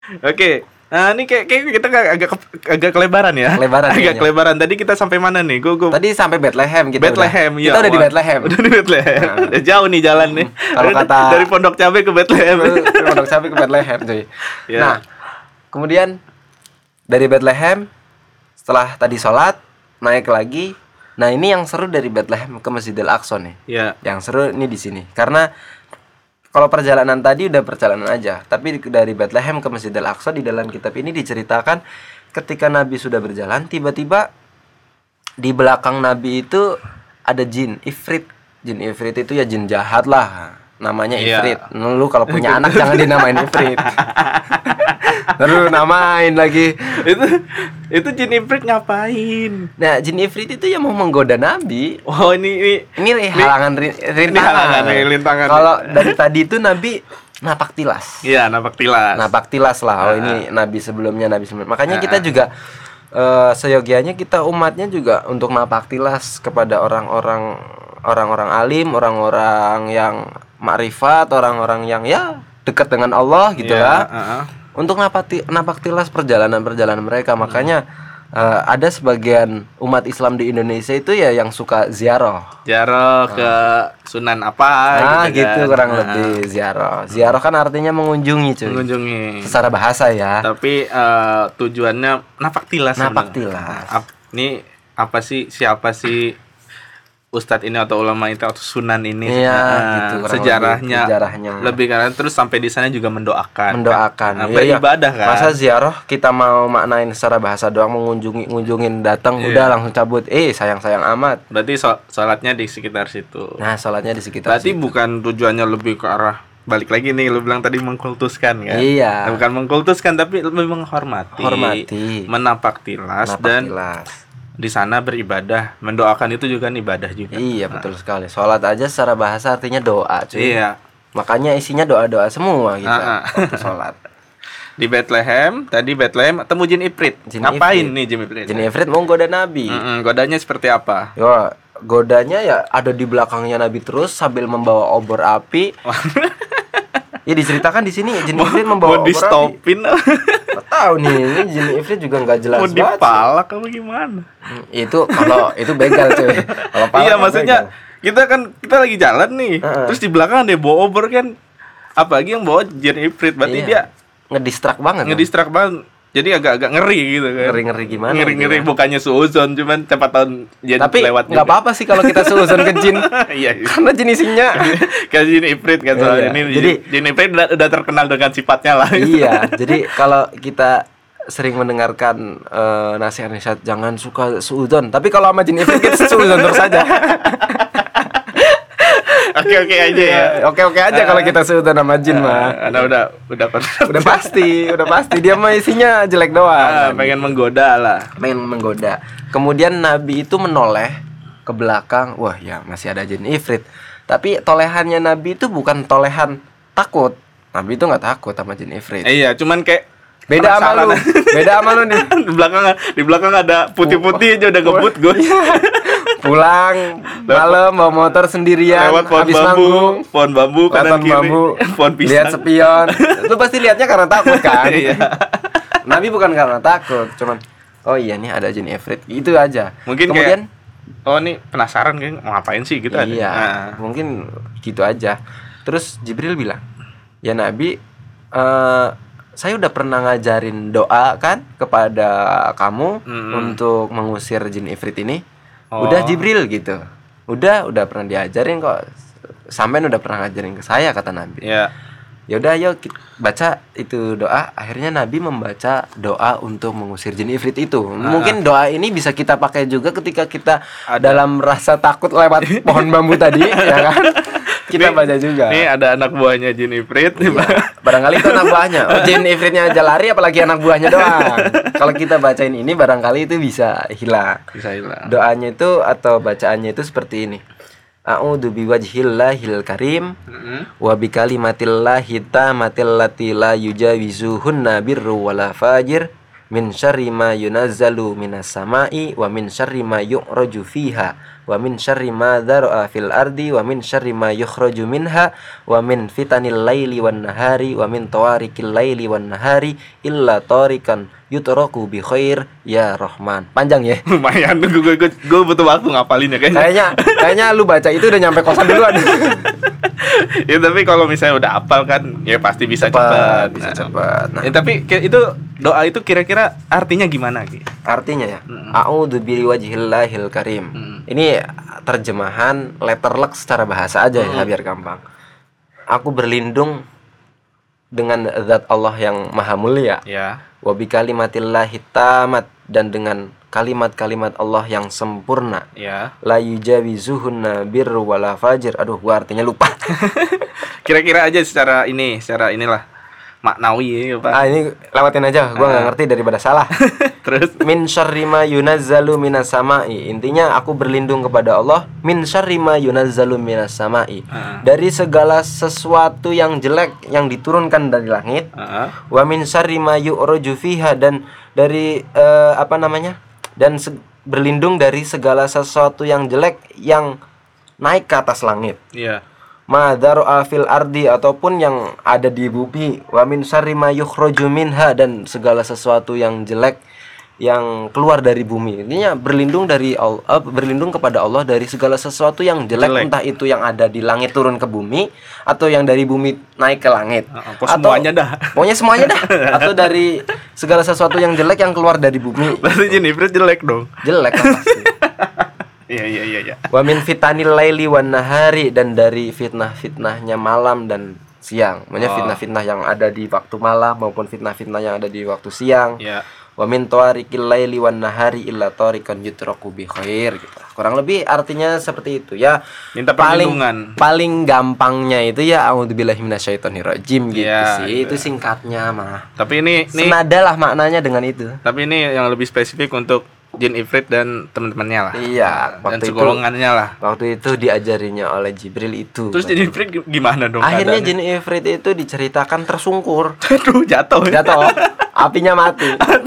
Oke. Nah, ini kayak kita agak kelebaran ya. Kelebaran Agak kayaknya. kelebaran. Tadi kita sampai mana nih? Gua Tadi sampai Bethlehem kita Bethlehem. udah. Kita udah di Bethlehem. Udah di Bethlehem. Udah jauh nih jalan nih. Kalau kata dari Pondok Cabe ke Bethlehem. Pondok Cabe ke Bethlehem cuy. Ya. Nah, kemudian dari Bethlehem setelah tadi sholat naik lagi. Nah, ini yang seru dari Bethlehem ke Masjidil Aqsa nih. Ya. Yang seru ini di sini. Karena kalau perjalanan tadi udah perjalanan aja, tapi dari Bethlehem ke Masjidil Aqsa di dalam kitab ini diceritakan ketika Nabi sudah berjalan, tiba-tiba di belakang Nabi itu ada jin ifrit. Jin ifrit itu ya jin jahat lah, namanya ifrit. Lu kalau punya anak jangan dinamain ifrit. Terus namain lagi. Itu jin ifrit ngapain? Nah, jin ifrit itu yang mau menggoda Nabi. Oh, ini halangan rintangan. Kalau dari tadi itu Nabi napak tilas. Iya, napak tilas. Napak tilas lah. Oh, ini Nabi sebelumnya. Makanya kita juga seyogianya kita umatnya juga untuk napak tilas kepada orang-orang alim, orang-orang yang makrifat, orang-orang yang ya dekat dengan Allah gitu lah. Untuk napak tilas perjalanan mereka. Makanya ada sebagian umat Islam di Indonesia itu ya yang suka ziarah ke Sunan apa gitu kurang lebih ziarah kan artinya mengunjungi cuy. Mengunjungi secara bahasa ya. Tapi tujuannya napak tilas. Ini apa sih, siapa sih ustadz ini atau ulama itu atau sunan ini? Gitu, sejarahnya lebih karena terus sampai di sana juga mendoakan beribadah kan. Masa ziarah kita mau maknain secara bahasa doang, ngunjungin datang udah langsung cabut, sayang amat. Berarti sholatnya di sekitar situ. Nah, sholatnya di sekitar berarti situ. Bukan tujuannya lebih ke arah, balik lagi nih lu bilang tadi mengkultuskan kan. Iya. Bukan mengkultuskan tapi lebih menghormati, menapak tilas. Di sana beribadah, mendoakan itu juga ibadah juga. Iya, betul sekali. Sholat aja secara bahasa artinya doa, cuy. Iya. Makanya isinya doa-doa semua gitu waktu sholat. Di Bethlehem, temu jin ifrit. Ngapain nih jin ifrit? Jin ifrit mau goda Nabi. Godanya seperti apa? Ya, godanya ya ada di belakangnya Nabi terus sambil membawa obor api. Ya diceritakan di sini jin ifrit membawa obor api. Mau di-stopin? Nggak tahu nih, ini jin ifrit juga nggak jelas. Mau dipalak apa gimana? Itu kalau itu begal cuy. Iya, maksudnya kita lagi jalan nih, terus di belakang ada bawa obor kan, apalagi yang bawa jin ifrit, berarti dia ngedistrak banget. Jadi agak-agak ngeri gitu kan. Ngeri gimana? Ngeri bukannya suuzon, cuman cepat tahun jin lewat. Tapi nggak apa-apa sih kalau kita suuzon ke jin. Iya. Karena jin isinya kayak jin ifrit kan soalnya ini. Jadi jin ifrit udah terkenal dengan sifatnya lah. Iya. Jadi kalau kita sering mendengarkan nasihat-nasihat jangan suka suuzon, tapi kalau sama jin ifrit kita suuzon terus saja. Oke aja ya. Oke aja kalau kita sudah nama jin mah. Udah pasti dia mah isinya jelek doang. Pengen menggoda lah. Kemudian Nabi itu menoleh ke belakang. Wah, ya masih ada jin ifrit. Tapi tolehannya Nabi itu bukan tolehan takut. Nabi itu nggak takut sama jin ifrit. Iya, cuman kayak beda sama lu nih. Di belakang ada putih-putih aja udah ngebut gue. Pulang malam bawa motor sendirian lewat pohon bambu kanan kiri, pohon pisang. Lihat spion. Lu pasti lihatnya karena takut kan? Iya. Nabi bukan karena takut, cuman oh iya nih ada jin ifrit, itu aja. Mungkin kemudian nih penasaran kan mau ngapain sih gitu. Iya. Mungkin gitu aja. Terus Jibril bilang, "Ya Nabi, saya udah pernah ngajarin doa kan kepada kamu untuk mengusir jin ifrit ini." Udah Jibril gitu. Udah pernah diajarin kok. Sampean udah pernah ngajarin ke saya, kata Nabi. Iya. Ya udah ayo baca itu doa. Akhirnya Nabi membaca doa untuk mengusir jin ifrit itu. Mungkin doa ini bisa kita pakai juga ketika kita dalam rasa takut lewat pohon bambu tadi, ya kan? Kita baca juga. Nih ada anak buahnya jin ifrit. Iya. Barangkali itu anak buahnya. Jin ifritnya aja lari, apalagi anak buahnya doang. Kalau kita bacain ini barangkali itu bisa hilang. Doanya itu atau bacaannya itu seperti ini. A'udzu biwajhillahil karim wa bikalimatillahi tammatil lati la yujawizuhunna birru wala fajir min syarri ma yunazzalu minas sama'i wa min syarri ma yu'raju fiha wa wa min syarri ma dzara'a fil ardi wa min syarri ma yukhraju minha wa min fitanil laili wan nahari wa min tawarikil laili wan nahari illa tarikan yutraku bi khair ya Rahman. Panjang ya? Lumayan, gue butuh waktu ngapalinnya Kayaknya lu baca itu udah nyampe kosan duluan. Ya tapi kalau misalnya udah hafal kan ya pasti bisa cepat. Nah, ya, tapi itu doa itu kira-kira artinya gimana Ki? Artinya ya, a'udzu biwajhillahil karim. Ini terjemahan letterlek secara bahasa aja ya biar gampang. Aku berlindung dengan zat Allah yang maha mulia. Ya. Wa bi kalimatillahi tamat, dan dengan kalimat-kalimat Allah yang sempurna. Ya. La yujawizuhunna birru wala fajir. Aduh, gua artinya lupa. Kira-kira aja secara inilah maknawi ya, Pak. Ini lewatin aja, gua nggak ngerti daripada salah. Terus min syarri ma yunazzalu minas sama'i. Intinya aku berlindung kepada Allah min syarri ma yunazzalu minas sama'i. Dari segala sesuatu yang jelek yang diturunkan dari langit. Wa min syarri ma yu'raju fiha, dan dari berlindung dari segala sesuatu yang jelek yang naik ke atas langit. Iya. Ma dzara'a fil ardi, ataupun yang ada di bumi. Wa min syarri ma yukhraju minha, dan segala sesuatu yang jelek yang keluar dari bumi. Intinya berlindung kepada Allah dari segala sesuatu yang jelek. Entah itu yang ada di langit turun ke bumi, atau yang dari bumi naik ke langit, pokoknya semuanya dah. Atau dari segala sesuatu yang jelek yang keluar dari bumi. Berarti Jin Ifrit jelek dong. Jelek kan pasti. Iya. Wa min fitanil laili wan nahari, dan dari fitnah-fitnahnya malam dan siang. Maksudnya fitnah-fitnah yang ada di waktu malam maupun fitnah-fitnah yang ada di waktu siang. Iya. Wa min tawarikil laili wan nahari illa tarikan yutraku bi khair gitu. Kurang lebih artinya seperti itu ya. Minta perlindungan. Paling gampangnya itu ya a'udzubillahi minasyaitonirrajim gitu sih. Itu singkatnya mah. Tapi ini senada lah maknanya dengan itu. Tapi ini yang lebih spesifik untuk Jin Ifrit dan teman-temannya lah. Iya, dan segolongannya lah. Waktu itu diajarinya oleh Jibril itu. Terus Jin Ifrit gimana dong? Akhirnya Jin Ifrit itu diceritakan tersungkur. Aduh, jatuh. Apinya mati.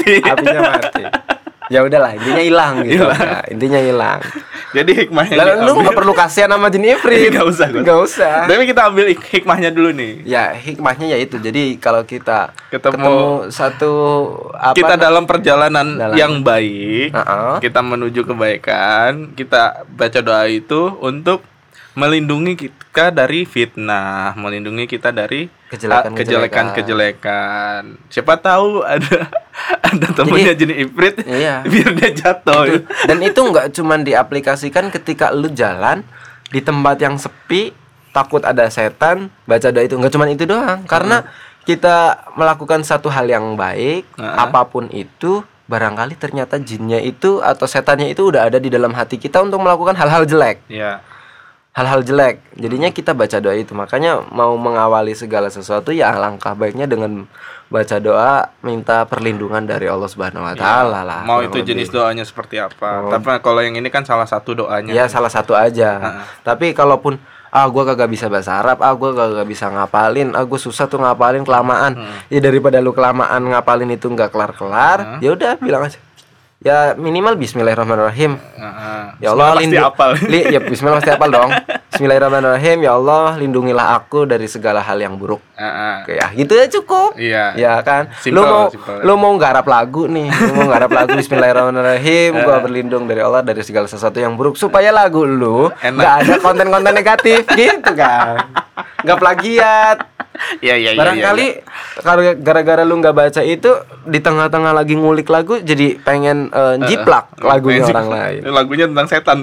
Ya udahlah, intinya hilang gitu. Ya, intinya hilang. Jadi hikmahnya. Lalu lu nggak perlu kasihan sama Jin Ifrit. Nggak usah. Tapi kita ambil hikmahnya dulu nih. Ya, hikmahnya ya itu. Jadi kalau kita ketemu satu kita dalam perjalanan yang baik, kita menuju kebaikan, kita baca doa itu untuk melindungi kita dari fitnah, melindungi kita dari kejelekan. Siapa tahu ada temennya Jin Ifrit, biar dia jatuh. Dan itu nggak cuma diaplikasikan ketika lu jalan di tempat yang sepi, takut ada setan, baca doa itu. Nggak cuma itu doang, karena kita melakukan satu hal yang baik, apapun itu, barangkali ternyata jinnya itu atau setannya itu udah ada di dalam hati kita untuk melakukan hal-hal jelek. Iya. Hal-hal jelek. Jadinya kita baca doa itu. Makanya mau mengawali segala sesuatu ya langkah baiknya dengan baca doa minta perlindungan dari Allah Subhanahu wa taala lah. Mau itu jenis doanya seperti apa. Tapi kalau yang ini kan salah satu doanya. Ya, salah satu aja. Tapi kalaupun gua kagak bisa bahasa Arab, gua kagak bisa ngapalin, gua susah tuh ngapalin kelamaan. Ya daripada lu kelamaan ngapalin itu enggak kelar-kelar, ya udah bilang aja. Ya minimal bismillahirrahmanirrahim. Ya Allah ya bismillah pasti hafal dong. Bismillahirrahmanirrahim. Ya Allah lindungilah aku dari segala hal yang buruk. Oke ya gitu ya cukup. Iya. Ya kan. Lu mau nggarap lagu nih. Bismillahirrahmanirrahim. Gua berlindung dari Allah dari segala sesuatu yang buruk, supaya lagu lu enggak ada konten-konten negatif gitu kan. Enggak plagiat. Iya. Barangkali gara-gara lu nggak baca itu, di tengah-tengah lagi ngulik lagu jadi pengen jiplak lagunya orang lain. Lagunya tentang setan.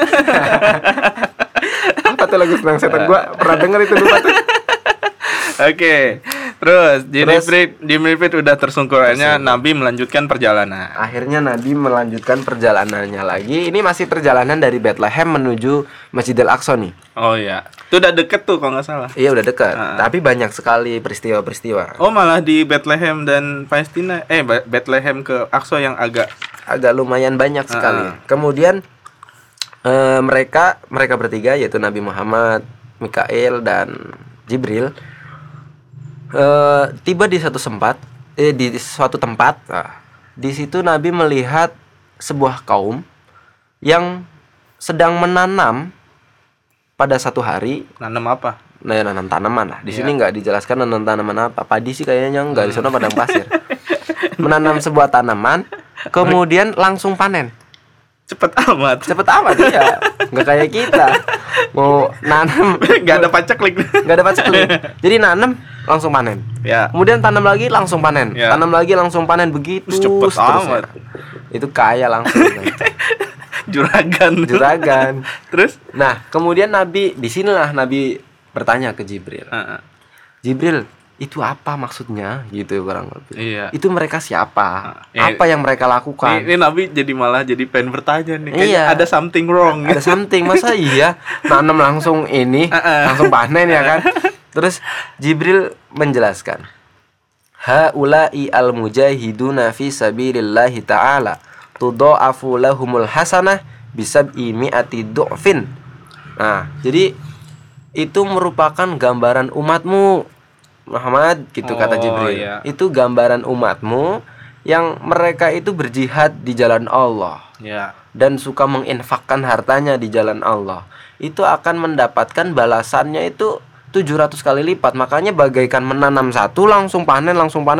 Apa tuh lagu tentang setan? Gua pernah denger itu dulu tuh. Oke. Terus Jin Ifrit udah tersungkurnya, Nabi melanjutkan perjalanan. Akhirnya Nabi melanjutkan perjalanannya lagi. Ini masih perjalanan dari Bethlehem menuju Masjidil Aqsa nih. Oh iya. Itu udah deket tuh kalau nggak salah. Iya udah deket. Tapi banyak sekali peristiwa-peristiwa. Oh malah di Bethlehem dan Palestina. Bethlehem ke Aqsa yang agak lumayan banyak sekali. Kemudian mereka bertiga, yaitu Nabi Muhammad, Mikail dan Jibril, tiba di suatu tempat. Di situ Nabi melihat sebuah kaum yang sedang menanam pada satu hari. Nanam apa? Nah, nanam tanaman lah. Di sini nggak dijelaskan nanam tanaman apa. Padi sih kayaknya nggak, di sana padang pasir. Menanam sebuah tanaman, kemudian langsung panen. Cepet amat Ya. Nggak kayak kita mau nanam nggak ada paceklik. Jadi nanam langsung panen ya. Kemudian tanam lagi langsung panen ya. Tanam lagi langsung panen, begitu cepet amat. Itu kaya langsung. Juragan. Terus nah kemudian disinilah Nabi bertanya ke Jibril. Jibril, itu apa maksudnya gitu kurang lebih. Iya. Itu mereka siapa? Apa yang mereka lakukan? Ini Nabi malah jadi pengen bertanya nih. Iya. Ada something wrong. Ada something, masa iya nanam langsung langsung panen ya kan? Terus Jibril menjelaskan, haula'i al-mujahiduna fi sabilillahi ta'ala tudha'afu lahumul hasanah bisab'i mi'ati du'fin. Nah, jadi itu merupakan gambaran umatmu Muhammad, gitu kata Jibril. Iya. Itu gambaran umatmu yang mereka itu berjihad di jalan Allah. Iya. Dan suka menginfakkan hartanya di jalan Allah. Itu akan mendapatkan balasannya itu 700 kali lipat. Makanya bagaikan menanam satu langsung panen.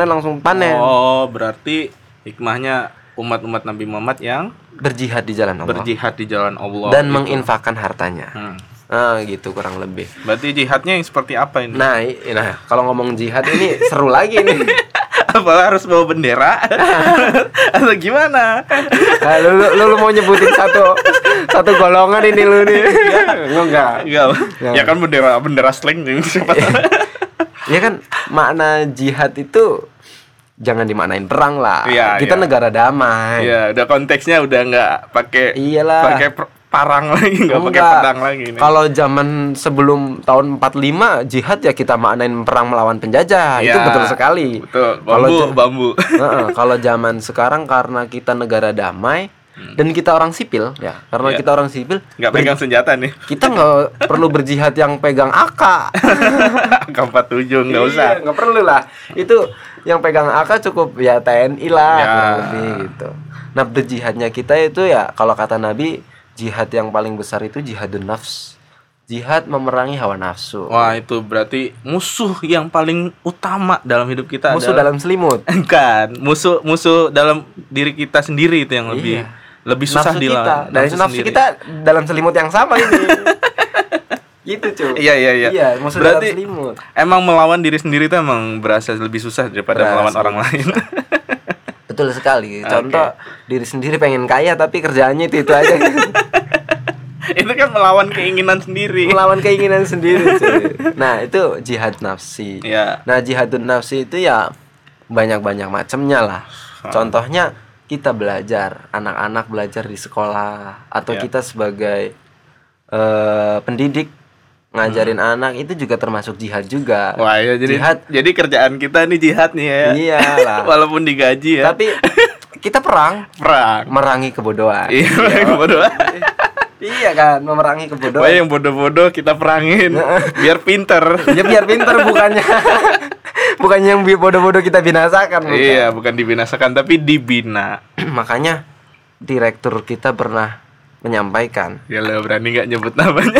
Oh, berarti hikmahnya umat-umat Nabi Muhammad yang berjihad di jalan Allah. Dan gitu. Menginfakkan hartanya. Nah gitu kurang lebih. Berarti jihadnya yang seperti apa ini? Nah kalau ngomong jihad ini seru lagi nih. Apalah harus bawa bendera? Atau gimana? Nah, lu mau nyebutin satu golongan ini lu nih? Enggak. Ya kan bendera slang nih. Ya kan makna jihad itu jangan dimaknain perang lah. Ya, kita negara damai. Iya, udah konteksnya udah nggak pakai parang lagi, nggak pakai pedang lagi nih. Kalau zaman sebelum tahun 45 jihad ya kita maknain perang melawan penjajah. Ya, itu betul sekali. Betul. Bambu. Kalau zaman sekarang karena kita negara damai dan kita orang sipil ya, karena kita orang sipil nggak pegang senjata nih. Kita nggak perlu berjihad yang pegang AK. AK-47 nggak usah. Nggak perlu lah. Itu yang pegang AK cukup ya TNI lah lebih gitu. Nah berjihadnya kita itu ya kalau kata Nabi, jihad yang paling besar itu jihadun nafs. Jihad memerangi hawa nafsu. Wah, itu berarti musuh yang paling utama dalam hidup kita. Musuh dalam selimut. Kan, musuh dalam diri kita sendiri itu yang lebih susah dilawan. Dan nafsu kita dalam selimut yang sama ini. Gitu cuy. Iya, musuh berarti dalam selimut. Emang melawan diri sendiri itu emang berasa lebih susah daripada melawan orang lain. Betul sekali. Contoh diri sendiri pengen kaya tapi kerjaannya itu aja. Itu kan melawan keinginan sendiri. Cuy. Nah itu jihad nafsi. Nah jihadun nafsi itu ya banyak macamnya lah. Contohnya kita belajar, anak-anak belajar di sekolah, atau kita sebagai pendidik ngajarin anak itu juga termasuk jihad juga. Wah ya, jadi kerjaan kita nih jihad nih ya. Iyalah. Walaupun digaji ya. Tapi kita perang merangi kebodohan. Iya kan, memerangi kebodohan. Yang bodoh-bodoh kita perangin biar pinter. Ya biar pinter bukannya yang bodoh-bodoh kita binasakan. Iya, bukan dibinasakan tapi dibina. Makanya direktur kita pernah menyampaikan. Ya lo berani nggak nyebut namanya?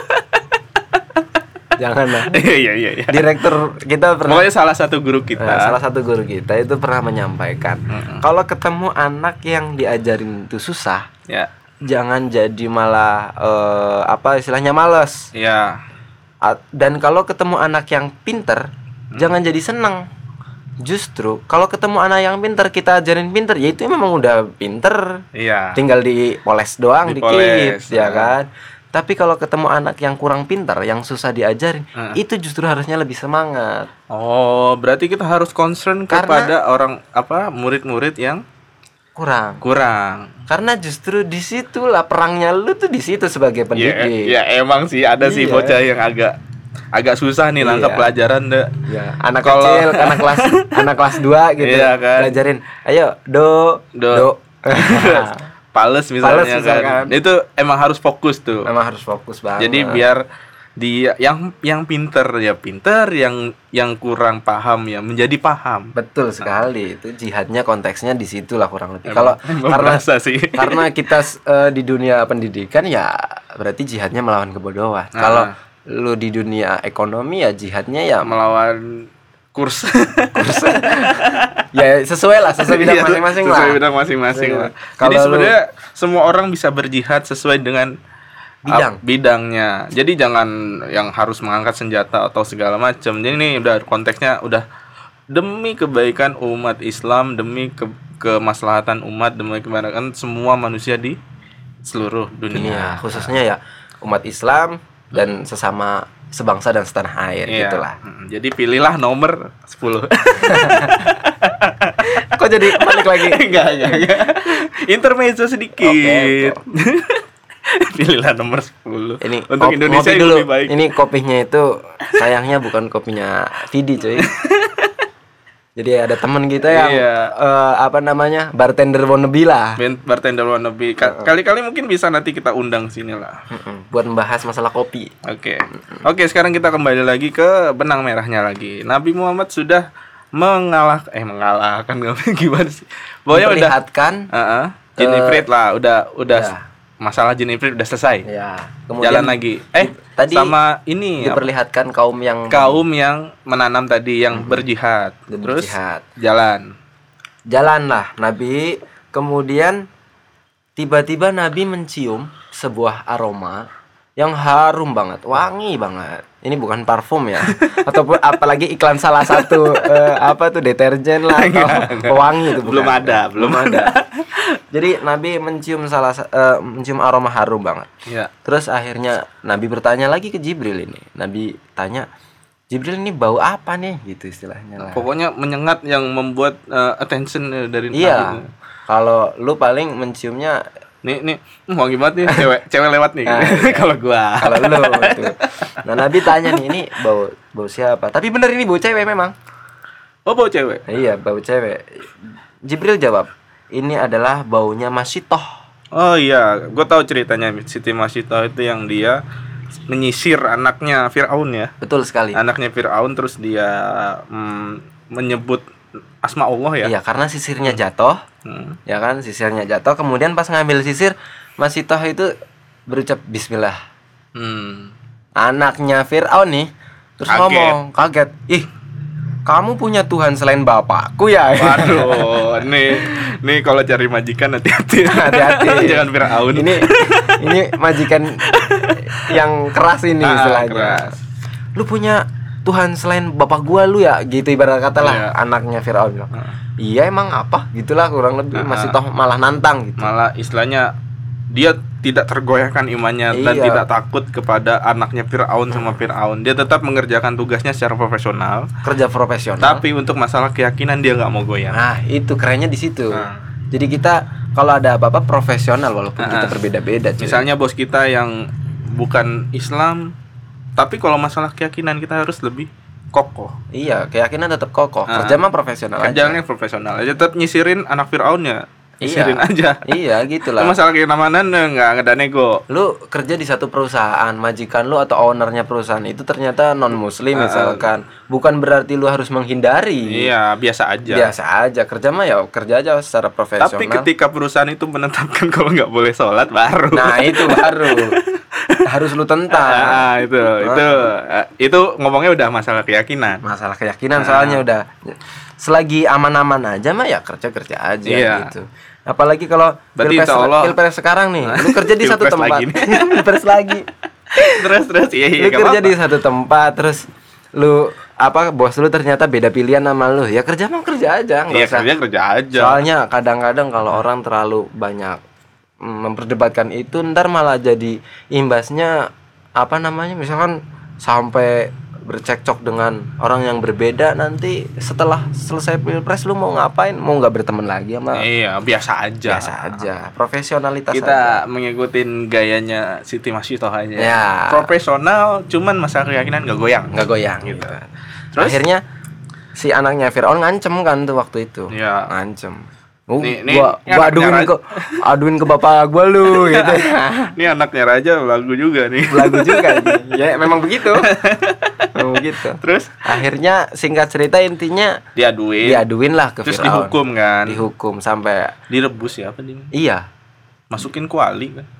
Jangan lah. Iya. Direktur kita pernah. Pokoknya salah satu guru kita itu pernah menyampaikan, kalau ketemu anak yang diajarin itu susah, jangan jadi malah istilahnya malas. Iya. Dan kalau ketemu anak yang pinter, jangan jadi senang. Justru kalau ketemu anak yang pinter, kita ajarin pinter, ya itu memang udah pinter. Iya. Tinggal dipoles doang dikit, ya kan. Tapi kalau ketemu anak yang kurang pintar, yang susah diajarin, itu justru harusnya lebih semangat. Oh, berarti kita harus concern kepada murid-murid yang kurang. Karena justru di situlah perangnya lu tuh di situ sebagai pendidik. Ya emang sih ada sih bocah yang agak susah nih nangkap pelajaran deh. Ya, anak kecil, anak kelas 2 gitu. Iya, kan? Pelajarin, ayo do. Pales misalnya kan. Itu emang harus fokus tuh. Emang harus fokus banget. Jadi biar dia yang pinter ya pinter, yang kurang paham ya menjadi paham. Betul sekali. Itu jihadnya konteksnya di situ lah kurang lebih. Kalau karena kita di dunia pendidikan ya berarti jihadnya melawan kebodohan. Kalau lu di dunia ekonomi ya jihadnya ya melawan kurs. Ya sesuai bidang masing-masing lah. Sesuai bidang masing-masing lah. Jadi sebenarnya semua orang bisa berjihad sesuai dengan bidangnya. Jadi jangan yang harus mengangkat senjata atau segala macam. Jadi ini udah konteksnya udah demi kebaikan umat Islam, demi kemaslahatan umat, demi kebaikan semua manusia di seluruh dunia. Khususnya ya umat Islam dan sesama sebangsa dan setanah air gitulah. Jadi pilihlah nomor 10. Kok jadi balik lagi? Enggak. Intermezzo sedikit. Okay. Pilihlah nomor 10. Ini untuk Indonesia yang lebih baik. Ini kopinya itu sayangnya bukan kopinya Vidi coy. Jadi ada teman kita yang bartender wannabe lah. Bartender wannabe. Kali-kali mungkin bisa nanti kita undang sini lah. Buat membahas masalah kopi. Oke, sekarang kita kembali lagi ke benang merahnya lagi. Nabi Muhammad sudah mengalahkan gimana sih? Pokoknya diperlihatkan jin ifrit lah, udah masalah jin ifrit udah selesai. Ya. Kemudian jalan lagi. Tadi sama ini diperlihatkan kaum yang menanam tadi yang berjihad. Terus jalanlah Nabi. Kemudian tiba-tiba Nabi mencium sebuah aroma yang harum banget, wangi banget. Ini bukan parfum ya, ataupun apalagi iklan salah satu deterjen lah atau pewangi itu belum ada. Jadi Nabi mencium mencium aroma harum banget. Ya. Terus akhirnya Nabi bertanya lagi ke Jibril ini. Nabi tanya, Jibril ini bau apa nih gitu istilahnya lah. Pokoknya menyengat yang membuat attention dari Nabi. Iya. Kalau lu paling menciumnya nih wangi banget nih, cewek lewat nih. Kalau lu itu. Nah, Nabi tanya nih, ini bau siapa? Tapi bener ini bau cewek memang. Oh, bau cewek. Iya, bau cewek. Jibril jawab, ini adalah baunya Masitoh. Oh iya, gue tahu ceritanya. Siti Masitoh itu yang dia menyisir anaknya Fir'aun ya. Betul sekali. Anaknya Fir'aun, terus dia menyebut asma Allah ya. Iya, karena sisirnya jatuh. Ya kan, sisirnya jatuh. Kemudian pas ngambil sisir, Masitoh itu berucap bismillah. Anaknya Fir'aun nih terus ngomong kaget, ih kamu punya Tuhan selain bapakku ya? Waduh, nih kalau cari majikan hati-hati. Jangan Fir'aun. Ini majikan yang keras ini istilahnya. Lu punya Tuhan selain bapak gua lu ya, gitu ibarat kata lah. Anaknya Fir'aun bilang. Iya emang apa? Gitulah kurang lebih. Masih toh malah nantang gitu. Malah istilahnya dia tidak tergoyahkan imannya dan tidak takut kepada anaknya Fir'aun sama Fir'aun. Dia tetap mengerjakan tugasnya secara profesional. Kerja profesional. Tapi untuk masalah keyakinan dia nggak mau goyah. Nah itu kerennya di situ. Jadi kita kalau ada apa-apa profesional walaupun kita berbeda-beda. Misalnya bos kita yang bukan Islam, tapi kalau masalah keyakinan kita harus lebih kokoh. Iya, keyakinan tetap kokoh. Kerja mah profesional. Kerjanya profesional. Aja tetap nyisirin anak Fir'aunnya. Nyisirin aja. Iya, gitulah. Masalah keamanan enggak ada nego. Lu kerja di satu perusahaan, majikan lu atau ownernya perusahaan itu ternyata non muslim misalkan. Bukan berarti lu harus menghindari. Iya, biasa aja. Biasa aja. Kerja mah ya kerja aja secara profesional. Tapi ketika perusahaan itu menetapkan kalau enggak boleh sholat baru. Nah, itu baru. Harus lu tentang. Itu ngomongnya udah masalah keyakinan. Masalah keyakinan soalnya udah selagi aman-aman aja mah ya kerja aja gitu. Apalagi kalau pilpres sekarang nih, lu kerja di satu tempat. Pilpres lagi. Terus lu kerja di satu tempat, terus lu bos lu ternyata beda pilihan sama lu. Ya kerja mah kerja aja, enggak usah. Kerja aja. Soalnya kadang-kadang kalau orang terlalu banyak memperdebatkan itu ntar malah jadi imbasnya misalkan sampai bercekcok dengan orang yang berbeda, nanti setelah selesai pilpres lu mau ngapain? Mau nggak berteman lagi sama? Iya, biasa aja, profesionalitas kita ngikutin gayanya Siti Masitoh aja ya. Profesional, cuman masalah keyakinan nggak goyang gitu. Terus akhirnya si anaknya Fir'aun ngancem kan tuh waktu itu ya. Ngancem Gua aduin ke bapak gua lu gitu. Ini anaknya raja belagu juga nih. Belagu juga nih. Ya memang begitu. Memang begitu. Terus akhirnya singkat cerita intinya diaduin lah ke terus Firaun. dihukum kan. Dihukum sampai direbus ya apa Iya. Masukin kuali kan.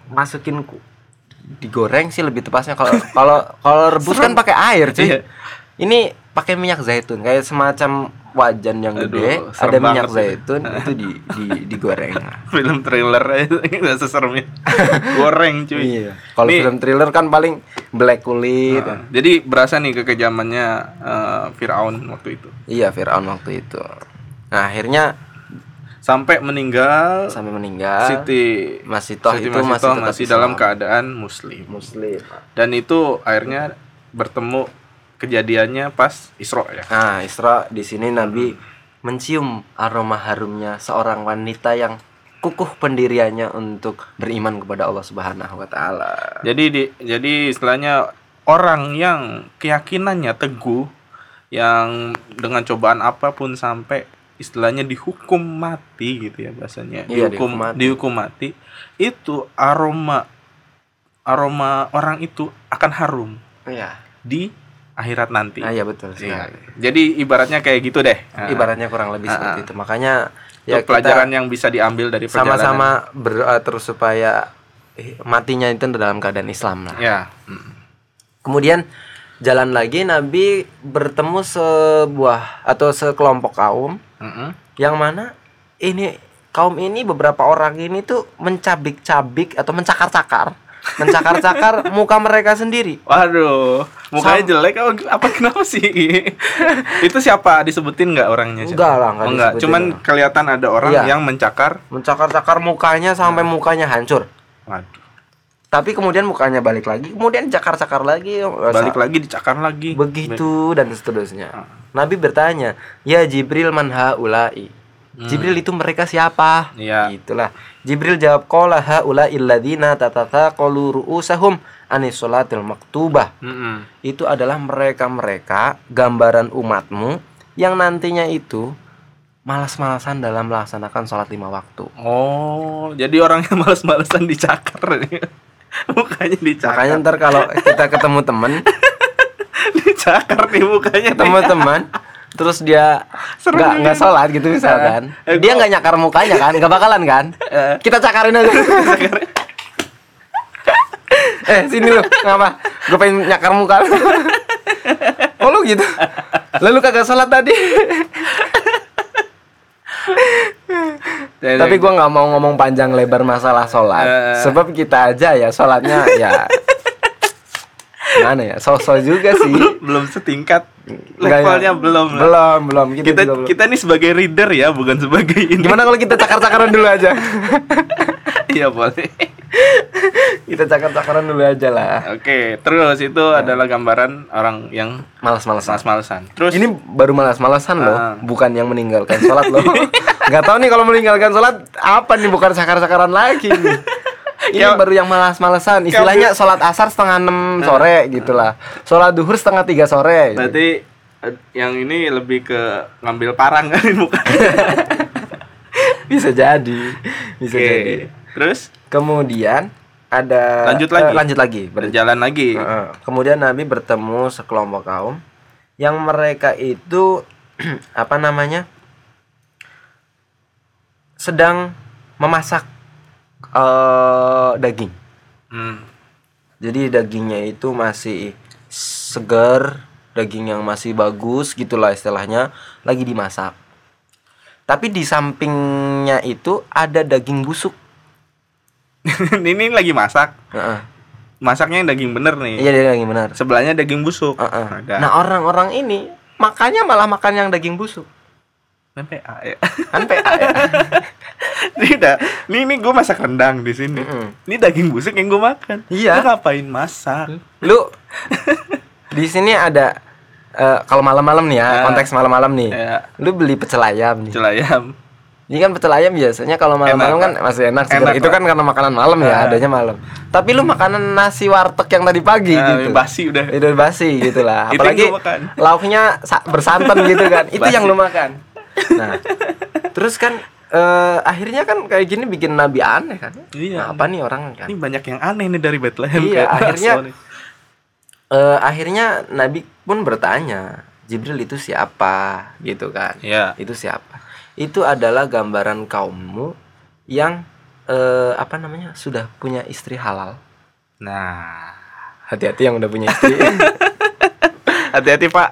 Digoreng sih lebih tepatnya. Kalau rebus kan pakai air cuy. Iya. Ini pakai minyak zaitun kayak semacam wajan yang gede, ada minyak zaitun itu digoreng. Film thriller aja nggak seseremnya. Goreng cuy. Iya. Kalau film thriller kan paling black kulit. Jadi berasa nih kekejamannya Firaun waktu itu. Iya, Firaun waktu itu. Nah, akhirnya sampai meninggal. Siti Masitoh itu masih dalam keadaan muslim. Dan itu akhirnya bertemu kejadiannya pas Isra ya. Nah, Isra di sini Nabi mencium aroma harumnya seorang wanita yang kukuh pendiriannya untuk beriman kepada Allah Subhanahu wa taala. Jadi istilahnya orang yang keyakinannya teguh, yang dengan cobaan apapun sampai istilahnya dihukum mati gitu ya bahasanya. Iya, dihukum mati. Itu aroma orang itu akan harum. Iya. Di akhirat nanti. Iya betul sekali. Iya. Jadi ibaratnya kayak gitu deh. Ibaratnya kurang lebih seperti itu. Makanya ya pelajaran yang bisa diambil dari perjalanan. Sama-sama berdoa terus supaya matinya itu dalam keadaan Islam lah. Ya. Kemudian jalan lagi Nabi bertemu sekelompok kaum yang mana kaum ini beberapa orang ini tuh mencabik-cabik atau mencakar-cakar muka mereka sendiri. Waduh, mukanya jelek apa kenapa sih? Itu siapa, disebutin nggak orangnya? Enggak lah, enggak. Cuman kelihatan ada orang yang mencakar mukanya sampai mukanya hancur. Waduh. Tapi kemudian mukanya balik lagi, kemudian cakar-cakar lagi, dicakar lagi. Begitu dan seterusnya. Nabi bertanya, "Ya Jibril, man haula'i?" Jibril itu mereka siapa? Iya. Gitulah. Jibril jawab, qala haula'il ladzina tatathaqalu ru'usahum anis sholatil maktubah. Itu adalah mereka gambaran umatmu yang nantinya itu malas-malasan dalam melaksanakan sholat 5 waktu. Oh, jadi orang yang malas-malasan dicakar. Mukanya dicakar. Makanya ntar kalau kita ketemu temen dicakar nih mukanya. Teman-teman terus dia nggak sholat gitu misalkan, dia nggak nyakar mukanya kan, nggak bakalan kan, kita cakarin aja. Sini lu ngapa, gue pengen nyakar muka lu. Oh lu gitu, lalu kagak sholat tadi. Tapi gue nggak mau ngomong panjang lebar masalah sholat, sebab kita aja ya sholatnya ya mana ya, so-so juga sih. Belum setingkat levelnya, belum. Kita nih sebagai reader ya, bukan sebagai ini. Gimana kalau kita cakar-cakaran dulu aja? Iya boleh. Kita cakar-cakaran dulu aja lah. Oke, terus itu adalah gambaran orang yang malas-malasan. Terus ini baru malas-malasan loh, bukan yang meninggalkan sholat loh. Nggak tahu nih kalau meninggalkan sholat apa nih, bukan cakar-cakaran lagi nih. Ini baru yang malas-malasan. Istilahnya sholat asar 5:30 sore gitulah. Sholat duhur 2:30 sore. Berarti yang ini lebih ke ngambil parang kan muka. Bisa jadi. Terus kemudian ada lanjut lagi berjalan lagi. Kemudian Nabi bertemu sekelompok kaum yang mereka itu sedang memasak daging. Jadi dagingnya itu masih segar, daging yang masih bagus gitulah istilahnya, lagi dimasak. Tapi di sampingnya itu ada daging busuk. Ini lagi masak. Masaknya yang daging bener nih. Iya, daging bener. Sebelahnya daging busuk. Nah, orang-orang ini makannya malah makan yang daging busuk. PA ya. Ini gue masak rendang di sini. Ini daging busuk yang gue makan. Iya. Lu ngapain masak? Lu di sini ada kalau malam-malam nih ya, konteks malam-malam nih. Lu beli pecel ayam nih. Ini kan pecel ayam biasanya kalau malam-malam kan masih enak. Itu kan karena makanan malam ya, adanya malam. Tapi lu makanan nasi warteg yang tadi pagi gitu. Basi udah. Itu basi gitu lah. Apalagi lauknya bersantan gitu kan. Itu yang lu makan. Nah, terus kan akhirnya kan kayak gini bikin Nabi aneh kan. Iya. Nah, apa nih orang kan? Ini banyak yang aneh nih dari Bethlehem. Iya, akhirnya Nabi pun bertanya, Jibril itu siapa gitu kan? Iya. Itu siapa? Itu adalah gambaran kaummu yang sudah punya istri halal. Nah, hati-hati yang udah punya istri. Hati-hati Pak.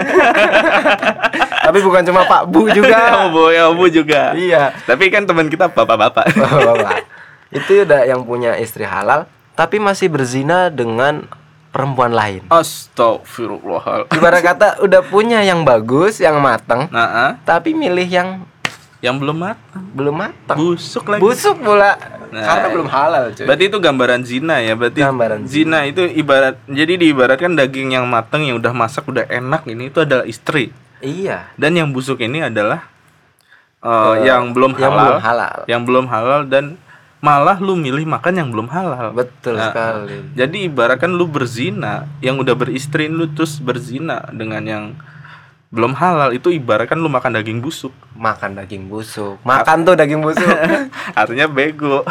Tapi bukan cuma Pak Bu juga. Bu juga. Iya. Tapi kan teman kita bapak-bapak. Bapak. Itu udah yang punya istri halal, tapi masih berzina dengan perempuan lain. Astagfirullahaladzim. Ibarat kata udah punya yang bagus, yang matang, tapi milih yang belum matang. Busuk lagi. Busuk pula. Karena belum halal, cuy. Berarti itu gambaran zina ya. Berarti zina itu diibaratkan daging yang matang yang udah masak udah enak ini itu adalah istri. Iya. Dan yang busuk ini adalah yang belum halal. Yang belum halal dan malah lu milih makan yang belum halal. Betul sekali. Jadi ibaratkan lu berzina, yang udah beristri lu terus berzina dengan yang belum halal, itu ibaratkan lu makan daging busuk. Makan tuh daging busuk. Artinya bego.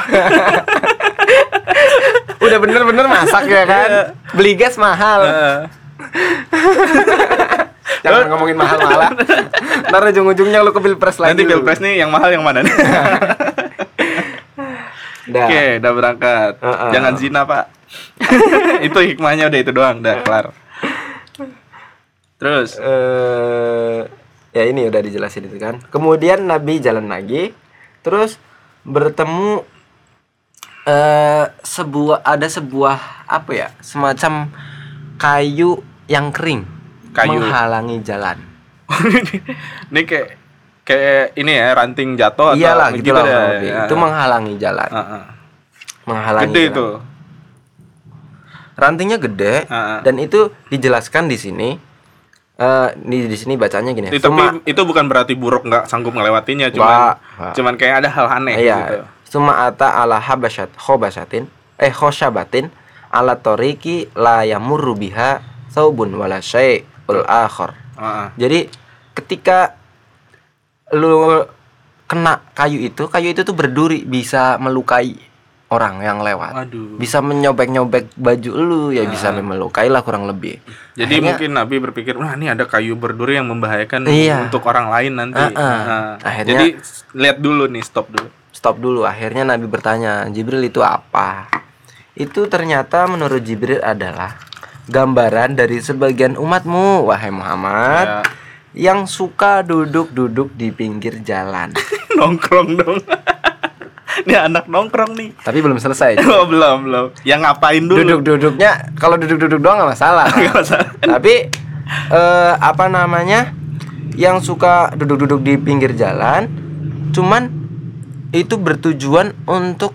Udah bener-bener masak ya kan. Beli gas mahal. Jangan ngomongin mahal-mahal. Ntar ujung-ujungnya lu ke Pilpres lagi. Nanti Pilpres nih yang mahal yang mana nih? Oke, udah berangkat. Jangan zina Pak. Itu hikmahnya, udah itu doang, udah kelar. Terus ya ini udah dijelasin itu kan. Kemudian Nabi jalan lagi, terus bertemu sebuah apa ya, semacam kayu yang kering, menghalangi jalan. Ini kayak ini ya, ranting jatuh atau iyalah gitu lah, ya. Itu menghalangi jalan. Menghalangi gede jalan. Itu rantingnya gede. Dan itu dijelaskan di sini. Di sini bacanya gini. Itu bukan berarti buruk nggak sanggup melewatinya, cuman kayak ada hal aneh gitu. Suma ata ala khosyabatin ala toriki la yamurru biha saubun wala syai'ul akhar. Jadi ketika lu kena kayu itu tuh berduri, bisa melukai orang yang lewat. Waduh. Bisa menyobek-nyobek baju lu, ya bisa melukai lah kurang lebih. Jadi mungkin Nabi berpikir, wah ini ada kayu berduri yang membahayakan untuk orang lain nanti. Akhirnya, jadi lihat dulu nih, stop dulu. Akhirnya Nabi bertanya, Jibril itu apa? Itu ternyata menurut Jibril adalah gambaran dari sebagian umatmu, wahai Muhammad, yang suka duduk-duduk di pinggir jalan. Nongkrong dong. Ini anak nongkrong nih. Tapi belum selesai. belum. Yang ngapain dulu? Duduk-duduknya, kalau duduk-duduk doang nggak masalah. Tapi yang suka duduk-duduk di pinggir jalan, cuman itu bertujuan untuk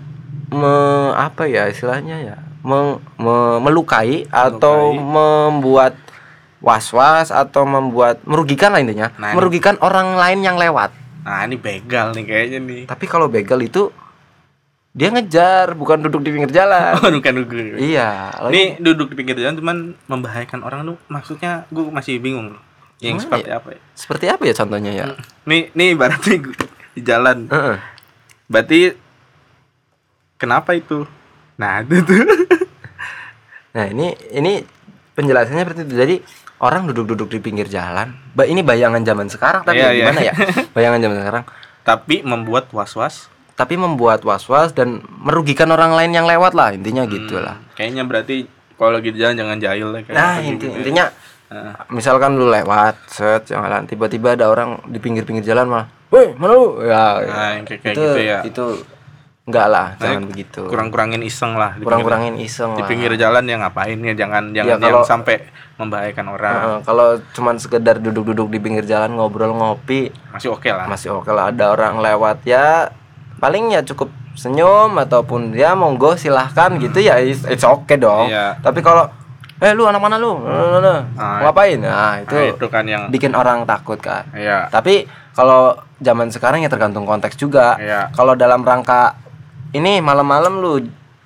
melukai atau membuat was-was atau merugikan lah intinya. Merugikan orang lain yang lewat. Nah, ini begal nih kayaknya nih. Tapi kalau begal itu dia ngejar, bukan duduk di pinggir jalan. Bukan duduk. Iya. Ini duduk di pinggir jalan cuman membahayakan orang tuh, maksudnya gue masih bingung. Yang seperti apa ya? Seperti apa ya contohnya ya? Nih ibaratnya di jalan. Berarti kenapa itu? Nah, itu tuh. Nah, ini penjelasannya seperti itu. Jadi orang duduk-duduk di pinggir jalan. Ini bayangan zaman sekarang tapi gimana ya? Bayangan zaman sekarang. Tapi membuat was-was dan merugikan orang lain yang lewat lah, intinya gitulah. Kayaknya berarti kalau lagi jalan jangan jahil lah. Nah, intinya misalkan lu lewat, jalan, tiba-tiba ada orang di pinggir-pinggir jalan malah, "Woi, mana lu?" Ya. Kayak gitu ya. Itu enggak lah, jangan begitu. Kurang-kurangin iseng lah. Di pinggir jalan ya ngapain ya, jangan sampai membahayakan orang. Kalau cuman sekedar duduk-duduk di pinggir jalan ngobrol ngopi masih oke lah. Ada orang lewat ya paling ya cukup senyum ataupun ya monggo silahkan gitu ya, it's okay dong. Tapi kalau lu anak mana lu? Ngapain? Nah, itu kan yang bikin orang takut kan. Tapi kalau zaman sekarang ya tergantung konteks juga. Kalau dalam rangka ini malam-malam lu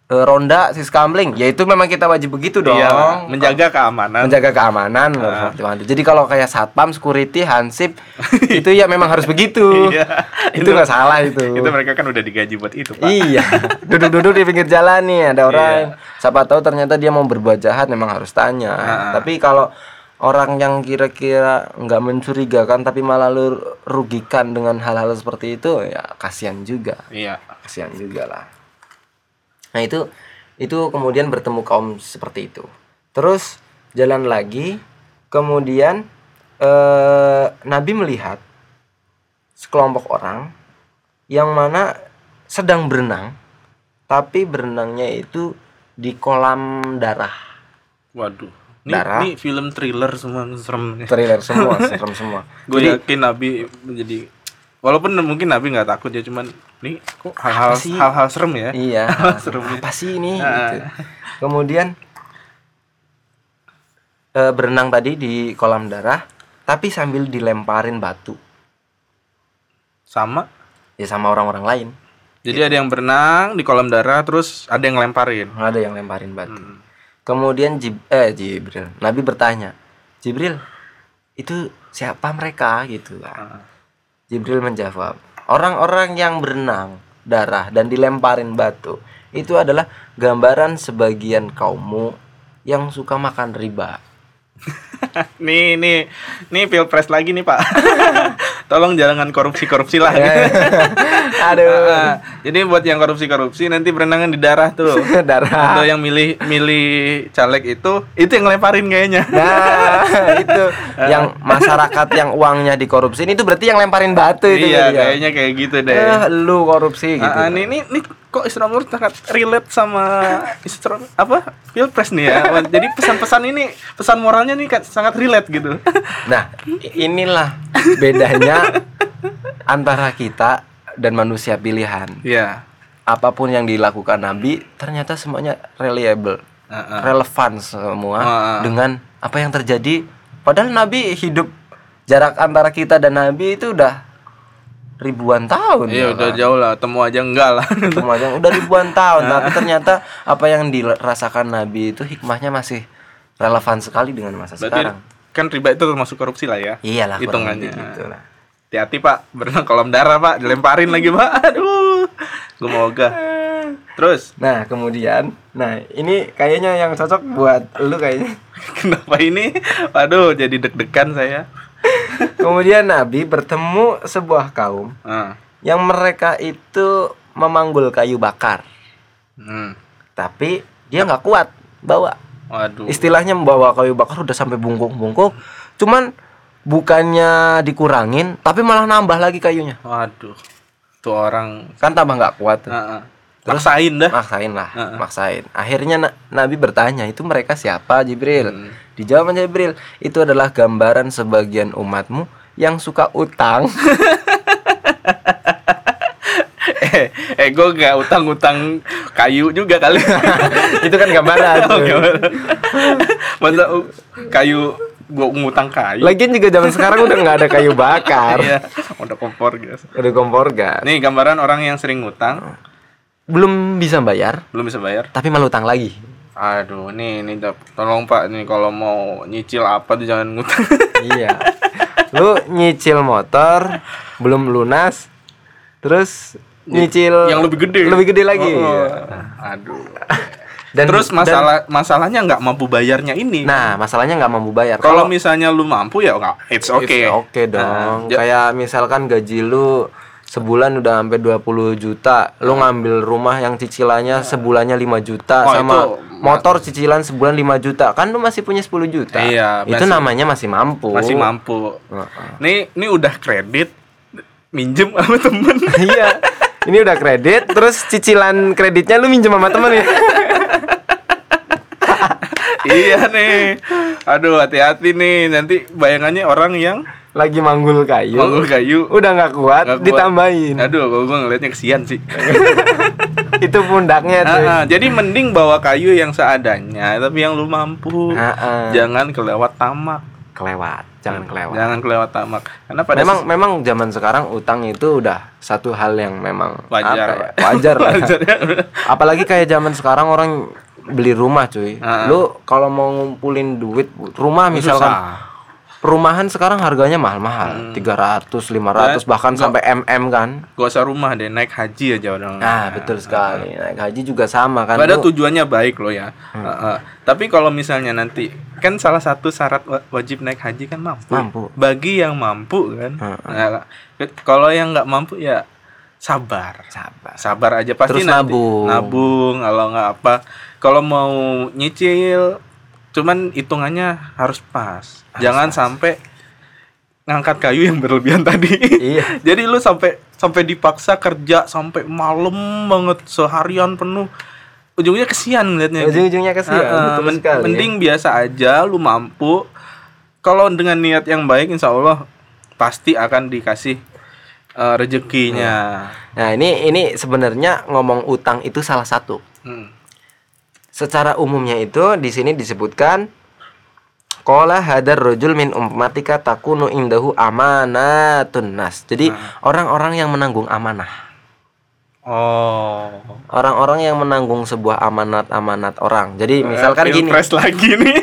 ronda siskamling, ya itu memang kita wajib begitu dong. Iya, menjaga keamanan. Jadi kalau kayak satpam, security, hansip itu ya memang harus begitu. Iya, itu nggak salah itu. Itu mereka kan udah digaji buat itu, Pak. Iya, duduk-duduk di pinggir jalan nih ada orang. Siapa tahu ternyata dia mau berbuat jahat, memang harus tanya. Tapi kalau orang yang kira-kira nggak mencurigakan tapi malah lu rugikan dengan hal-hal seperti itu, ya kasihan juga. Iya, kasihan juga lah. Nah itu kemudian bertemu kaum seperti itu. Terus jalan lagi, kemudian Nabi melihat sekelompok orang yang mana sedang berenang, tapi berenangnya itu di kolam darah. Waduh, ini film thriller semua serem. Thriller semua, serem semua. Gue yakin Nabi menjadi, walaupun mungkin Nabi nggak takut ya, cuman nih kok hal-hal serem ya. Iya. Serem. Apa sih ini? Gitu. Kemudian berenang tadi di kolam darah, tapi sambil dilemparin batu. Sama orang-orang lain. Jadi ada yang berenang di kolam darah, terus ada yang lemparin. Ada yang lemparin batu. Kemudian Jibril, Nabi bertanya, Jibril, itu siapa mereka gitu kan? Jibril menjawab, orang-orang yang berenang darah dan dilemparin batu itu adalah gambaran sebagian kaummu yang suka makan riba. nih pilpres lagi nih, Pak. Tolong jangan korupsi lah. Aduh. Jadi buat yang korupsi nanti berenangan di darah tuh. Darah. Atau yang milih caleg itu yang ngelemparin kayaknya. Nah, itu yang masyarakat yang uangnya dikorupsi itu berarti yang lemparin batu itu. Iya, kayaknya kayak gitu deh. Lu korupsi gitu. Ini kok Isra Nur sangat relate sama pilpres nih ya. Jadi pesan moralnya nih sangat relate gitu. Nah, inilah bedanya antara kita dan manusia pilihan. Iya. Apapun yang dilakukan Nabi ternyata semuanya reliable, relevan semua dengan apa yang terjadi. Padahal Nabi hidup, jarak antara kita dan Nabi itu udah ribuan tahun. Iya, udah jauh lah, temu aja enggak lah. Temu aja udah ribuan tahun, tapi ternyata apa yang dirasakan Nabi itu hikmahnya masih relevan sekali dengan masa sekarang. Kan riba itu termasuk korupsi lah ya. Iyalah, hitungannya. Gitu lah. Hati-hati, Pak, berenang kolam darah, Pak, dilemparin lagi, Pak. Aduh. Gue mau ogah. Terus, kemudian, ini kayaknya yang cocok buat lu kayaknya. Kenapa ini? Waduh, jadi deg-degan saya. Kemudian Nabi bertemu sebuah kaum yang mereka itu memanggul kayu bakar. Tapi dia nggak kuat bawa. Waduh. Istilahnya membawa kayu bakar udah sampai bungkuk-bungkuk. Cuman bukannya dikurangin, tapi malah nambah lagi kayunya. Waduh. Tuh orang kan tambah nggak kuat. Terus maksain. Akhirnya Nabi bertanya, itu mereka siapa, Jibril? Dijawab Jibril, itu adalah gambaran sebagian umatmu yang suka utang. Gue gak utang kayu juga kali. Itu kan gambaran. Masa kayu, gue ngutang kayu. Lagian juga zaman sekarang udah gak ada kayu bakar. Iya, udah kompor gas. Nih gambaran orang yang sering ngutang, belum bisa bayar, tapi malah utang lagi. Aduh, nih tolong Pak, nih kalau mau nyicil apa tuh jangan ngutang. Iya. Lu nyicil motor belum lunas, terus nyicil yang lebih gede lagi. Aduh. Terus masalahnya nggak mampu bayarnya ini. Nah, masalahnya nggak mampu bayar. Kalau misalnya lu mampu ya nggak, it's okay. It's okay dong. Kayak misalkan gaji lu sebulan udah sampai 20 juta, lu ngambil rumah yang cicilannya sebulannya 5 juta sama motor cicilan sebulan 5 juta, kan lu masih punya 10 juta. Iya, itu namanya masih mampu. Nih udah kredit, minjem sama temen. Iya. Ini udah kredit, terus cicilan kreditnya lu minjem sama temen ya. Iya nih. Aduh, hati-hati nih, nanti bayangannya orang yang lagi manggul kayu udah nggak kuat ditambahin. Aduh, gue ngeliatnya kesian sih. Itu pundaknya tuh. Jadi mending bawa kayu yang seadanya, tapi yang lu mampu. Jangan kelewat tamak. jangan kelewat. Jangan kelewat tamak. Karena pada memang zaman sekarang utang itu udah satu hal yang memang wajar. Wajar lah. Apalagi kayak zaman sekarang orang beli rumah, cuy. Lu kalau mau ngumpulin duit rumah misalkan perumahan sekarang harganya mahal-mahal, 300, 500 bahkan sampai kan. Gak usah rumah deh, naik haji aja orang. Nah, betul sekali. Naik haji juga sama kan. Padahal tujuannya baik loh ya. Tapi kalau misalnya nanti kan salah satu syarat wajib naik haji kan mampu. Bagi yang mampu kan. Nah, kalau yang nggak mampu ya sabar aja, pasti terus nanti nabung kalau nggak apa. Kalau mau nyicil cuman hitungannya harus pas. Jangan sampai ngangkat kayu yang berlebihan tadi. Iya. Jadi lu sampai dipaksa kerja sampai malam banget seharian penuh. Ujungnya kesian ngeliatnya. Mending biasa aja, lu mampu. Kalau dengan niat yang baik insya Allah pasti akan dikasih rezekinya. Nah, ini sebenarnya ngomong utang itu salah satu. Secara umumnya itu di sini disebutkan qala hadar rajul min ummatika takunu indahu amanatun nas. Jadi orang-orang yang menanggung amanah. Orang-orang yang menanggung sebuah amanat orang. Jadi misalkan gini. Pilpres lagi nih.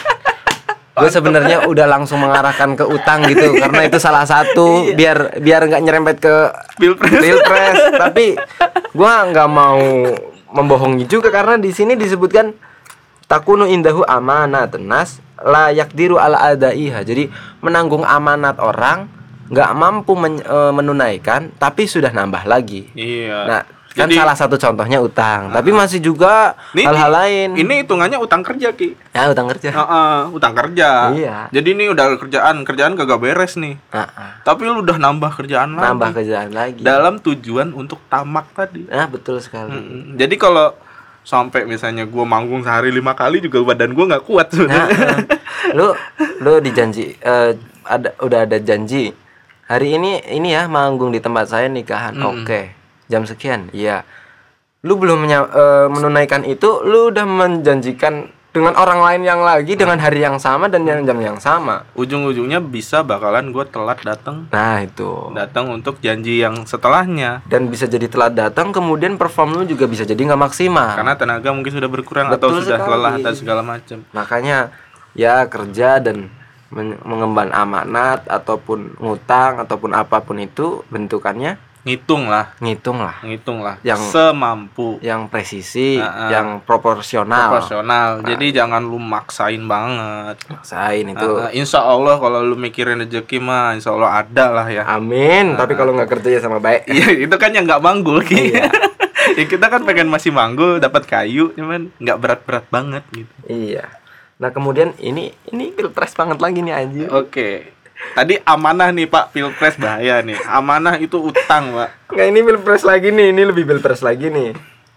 Gue sebenarnya udah langsung mengarahkan ke utang gitu karena itu salah satu biar nggak nyerempet ke pilpres. Tapi gue nggak mau membohongi juga karena di sini disebutkan takunu indahu amanatun nas la yaqdiru ala adaiha. Jadi menanggung amanat orang nggak mampu menunaikan tapi sudah nambah lagi. Iya. Nah, kan salah satu contohnya utang, tapi masih juga hal-hal lain. Ini hitungannya utang kerja, Ki. Ya, utang kerja. Utang kerja. Iya. Jadi ini udah kerjaan kagak beres nih. Tapi lu udah nambah kerjaan lagi. Dalam tujuan untuk tamak tadi. Nah, betul sekali. Jadi kalau sampai misalnya gue manggung sehari 5 kali juga badan gue nggak kuat sebenarnya. Lu dijanji udah ada janji. Hari ini ya manggung di tempat saya nikahan. Oke. Jam sekian, iya. Lu belum menunaikan itu, lu udah menjanjikan dengan orang lain yang lagi dengan hari yang sama dan jam yang sama. Ujung-ujungnya bisa bakalan gue telat datang. Nah, itu. Datang untuk janji yang setelahnya. Dan bisa jadi telat datang, kemudian perform lu juga bisa jadi nggak maksimal. Karena tenaga mungkin sudah berkurang. Betul atau sudah lelah atau segala macam. Makanya ya kerja dan mengemban amanat ataupun ngutang ataupun apapun itu bentukannya ngitung lah yang semampu, yang presisi, yang proporsional. Jadi jangan lu maksain banget. Itu insya Allah kalau lu mikirin rezeki mah insya Allah ada lah ya. Amin. Tapi kalau nggak kerja ya sama baik. Iya, itu kan yang nggak manggul. Iya. Ya kita kan pengen masih manggul dapat kayu, cuman nggak berat-berat banget gitu. Iya. Nah, kemudian ini pilpres banget lagi nih anjir. Oke. Tadi amanah nih Pak, pilpres bahaya nih. Amanah itu utang Pak. Nggak, ini pilpres lagi nih, ini lebih pilpres lagi nih.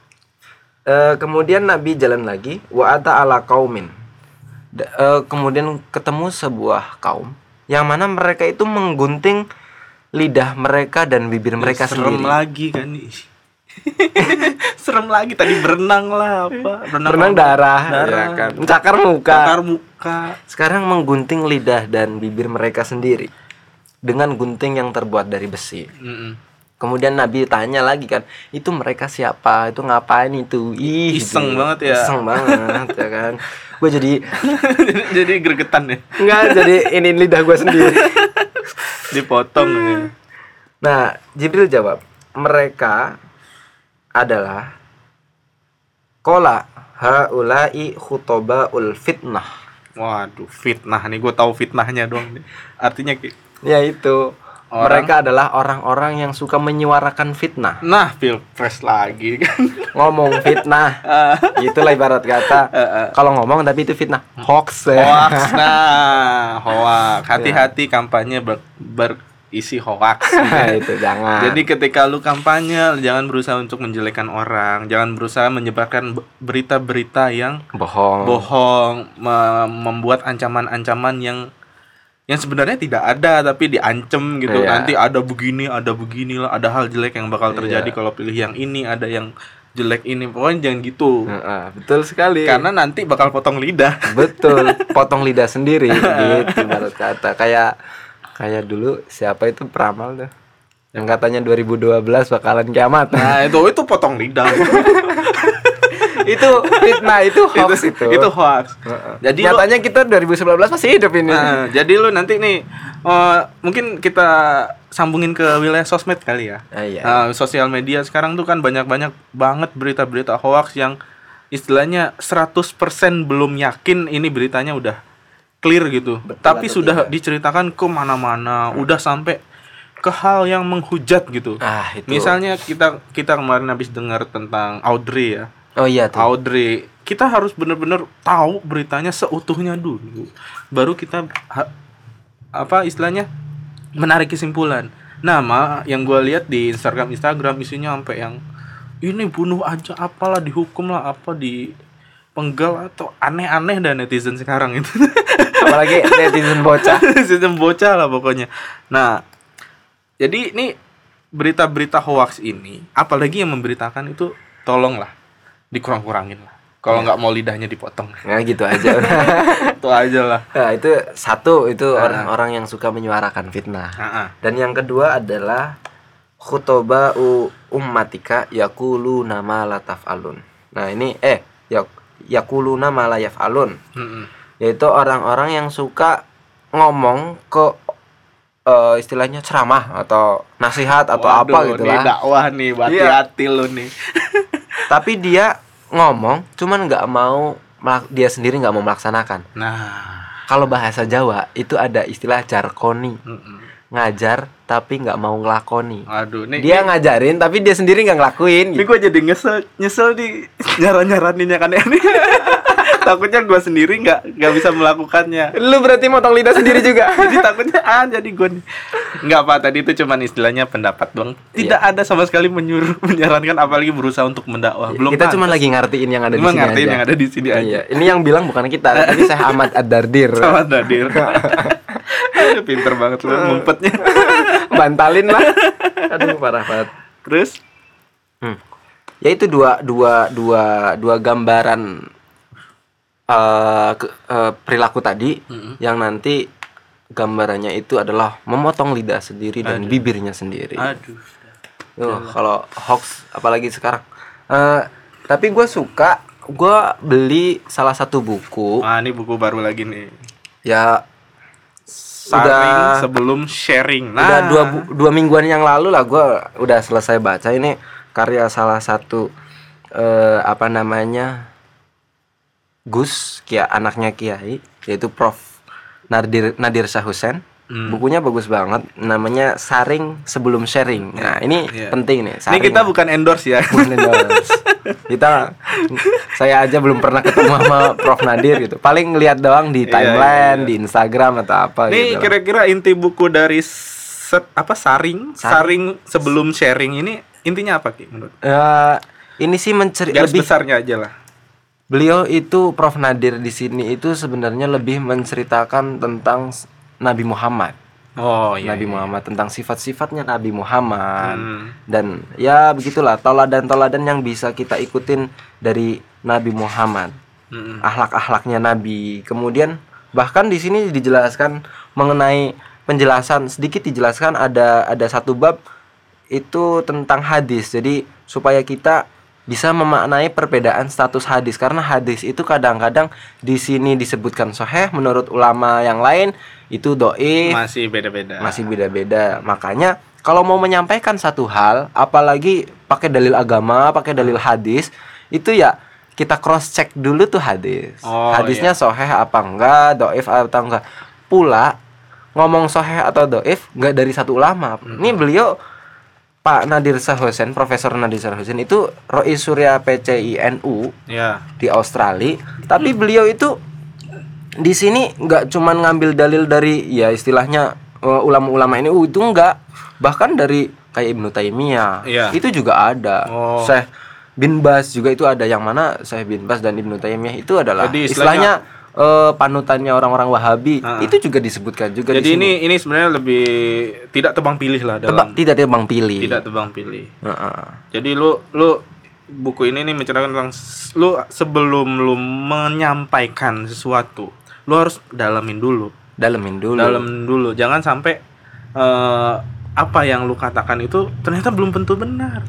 Kemudian Nabi jalan lagi, wa ata ala qaumin. Kemudian ketemu sebuah kaum yang mana mereka itu menggunting lidah mereka dan bibir mereka sendiri. Serem lagi kan nih. Serem lagi tadi berenang lah apa? Berenang darah ya kan. Cakar muka. Sekarang menggunting lidah dan bibir mereka sendiri dengan gunting yang terbuat dari besi. Kemudian Nabi tanya lagi kan, itu mereka siapa? Itu ngapain itu? Iseng banget ya. Iseng banget ya kan. Gue jadi gregetan ya. Enggak, jadi ini lidah gue sendiri. Dipotong ya. Nah, Jibril jawab, mereka adalah qala haula'i khutobaul fitnah. Waduh, fitnah nih, gue tahu fitnahnya doang nih. Artinya ya itu mereka adalah orang-orang yang suka menyuarakan fitnah. Nah, pilpres lagi kan. Ngomong fitnah. Itulah ibarat kata kalau ngomong tapi itu fitnah. Hoax. Hoax. Hati-hati kampanye isi hoax gitu. Itu jangan. Jadi ketika lu kampanye jangan berusaha untuk menjelekkan orang, jangan berusaha menyebarkan berita-berita yang bohong, membuat ancaman-ancaman yang sebenarnya tidak ada tapi diancam gitu. Nanti ada beginilah, ada hal jelek yang bakal terjadi kalau pilih yang ini, ada yang jelek ini, pokoknya jangan gitu. Betul sekali. Karena nanti bakal potong lidah. Betul, potong lidah sendiri gitu ibarat kata. Kayak dulu siapa itu peramal tuh yang katanya 2012 bakalan kiamat. Nah, itu potong lidah. Itu fitnah, itu hoax itu hoax. Jadi nyatanya kita 2019 masih hidup ini. Jadi lu nanti nih mungkin kita sambungin ke wilayah sosmed kali ya. Iya. Sosial media sekarang tuh kan banyak banget berita-berita hoax yang istilahnya 100% belum yakin ini beritanya udah clear gitu. Betul, tapi sudah diceritakan ke mana-mana, udah sampai ke hal yang menghujat gitu. Itu. Misalnya kita kemarin habis dengar tentang Audrey ya. Oh iya tuh. Audrey, kita harus benar-benar tahu beritanya seutuhnya dulu, baru kita istilahnya menarik kesimpulan. Yang gue lihat di Instagram isinya sampai yang ini bunuh aja, apalah dihukum lah, apa di penggal atau aneh-aneh dan netizen sekarang itu. Apalagi netizen bocah lah pokoknya. Nah, jadi ini berita-berita hoax ini, apalagi yang memberitakan itu, tolonglah dikurang-kurangin lah. Kalau nggak mau lidahnya dipotong. Nah gitu aja. Itu aja lah. Nah, itu satu, itu orang-orang yang suka menyuarakan fitnah. Dan yang kedua adalah khutoba ummatika yaquluna ma la taf'alun. Nah ini yaquluna ma la yaf'alun. Yaitu orang-orang yang suka ngomong ke istilahnya ceramah atau nasihat atau apa gitu lah. Dakwah nih, hati-hati lu nih. Tapi dia ngomong, cuman dia sendiri nggak mau melaksanakan. Nah, kalau bahasa Jawa itu ada istilah jarkoni, ngajar tapi nggak mau ngelakoni. Aduh, dia ngajarin tapi dia sendiri nggak ngelakuin. Ini gue jadi nyesel di nyaraninnya kan ini. Takutnya gue sendiri nggak bisa melakukannya. Lu berarti motong lidah sendiri juga. Jadi takutnya jadi gue nggak apa, tadi itu cuman istilahnya pendapat doang. Tidak ada sama sekali menyarankan, apalagi berusaha untuk mendakwah. Belum. Kita cuma lagi ngertiin yang ada di sini aja. Yang ada di sini aja. Ini yang bilang bukan kita, tapi saya Ahmad Ad-Dardir. Aduh, pinter banget lu ngumpetnya. Bantalin lah. Aduh, parah banget. Terus ya itu dua gambaran perilaku tadi, yang nanti gambarannya itu adalah memotong lidah sendiri dan bibirnya sendiri. Kalau hoax apalagi sekarang. Tapi gue beli salah satu buku. Ini buku baru lagi nih. Ya Saring sebelum sharing. Udah dua mingguan yang lalu lah gue udah selesai baca. Ini karya salah satu Gus, anaknya Kiai, yaitu Prof. Nadir Shah Hussein. Bukunya bagus banget, namanya Saring Sebelum Sharing. Nah ini penting nih. Ini kita bukan endorse ya. Bukan endorse. Saya aja belum pernah ketemu sama Prof. Nadir gitu. Paling ngeliat doang di timeline, di Instagram atau apa. Ini gitu. Kira-kira inti buku dari Saring Sebelum Sharing ini intinya apa Ki menurut? Ini sih garis besarnya aja lah. Beliau itu Prof. Nadir di sini itu sebenarnya lebih menceritakan tentang Nabi Muhammad. Nabi Muhammad, tentang sifat-sifatnya Nabi Muhammad. Dan ya begitulah, toladan-toladan yang bisa kita ikutin dari Nabi Muhammad. Akhlak-akhlaknya Nabi. Kemudian bahkan di sini dijelaskan mengenai sedikit dijelaskan ada satu bab itu tentang hadis. Jadi supaya kita bisa memaknai perbedaan status hadis, karena hadis itu kadang-kadang di sini disebutkan sahih, menurut ulama yang lain itu dhaif, masih beda-beda. Makanya kalau mau menyampaikan satu hal, apalagi pakai dalil agama, pakai dalil hadis, itu ya kita cross check dulu tuh hadis. Hadisnya sahih apa enggak, dhaif atau enggak. Pula ngomong sahih atau dhaif enggak dari satu ulama. Ini beliau Pak Nadir Shah Hussein, Profesor Nadir Shah Hussein itu Rois Surya PCINU di Australia. Tapi beliau itu di sini nggak cuman ngambil dalil dari istilahnya ulama-ulama ini itu enggak, bahkan dari kayak Ibnu Taimiyah itu juga ada. Syekh bin Baz juga itu ada, yang mana Syekh bin Baz dan Ibnu Taimiyah itu adalah istilahnya panutannya orang-orang Wahabi. Itu juga disebutkan juga. Jadi ini sebenarnya lebih tidak tebang pilih lah dalam tidak tebang pilih. Jadi lu buku ini nih menceritakan tentang lu sebelum lu menyampaikan sesuatu, lu harus dalamin dulu. Jangan sampai apa yang lu katakan itu ternyata belum tentu benar.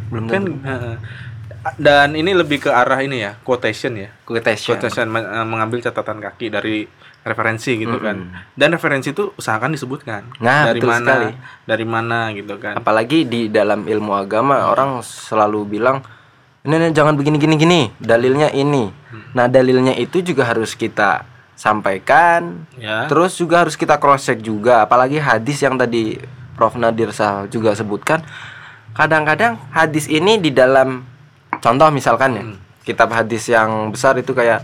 Dan ini lebih ke arah ini ya, quotation, mengambil catatan kaki dari referensi gitu kan. Dan referensi itu usahakan disebutkan. Nah, dari mana gitu kan. Apalagi di dalam ilmu agama orang selalu bilang, "Ini jangan begini, dalilnya ini." Nah, dalilnya itu juga harus kita sampaikan. Ya. Terus juga harus kita cross check juga, apalagi hadis yang tadi Prof Nadir Shah juga sebutkan. Kadang-kadang hadis ini di dalam contoh misalkan ya, kitab hadis yang besar itu kayak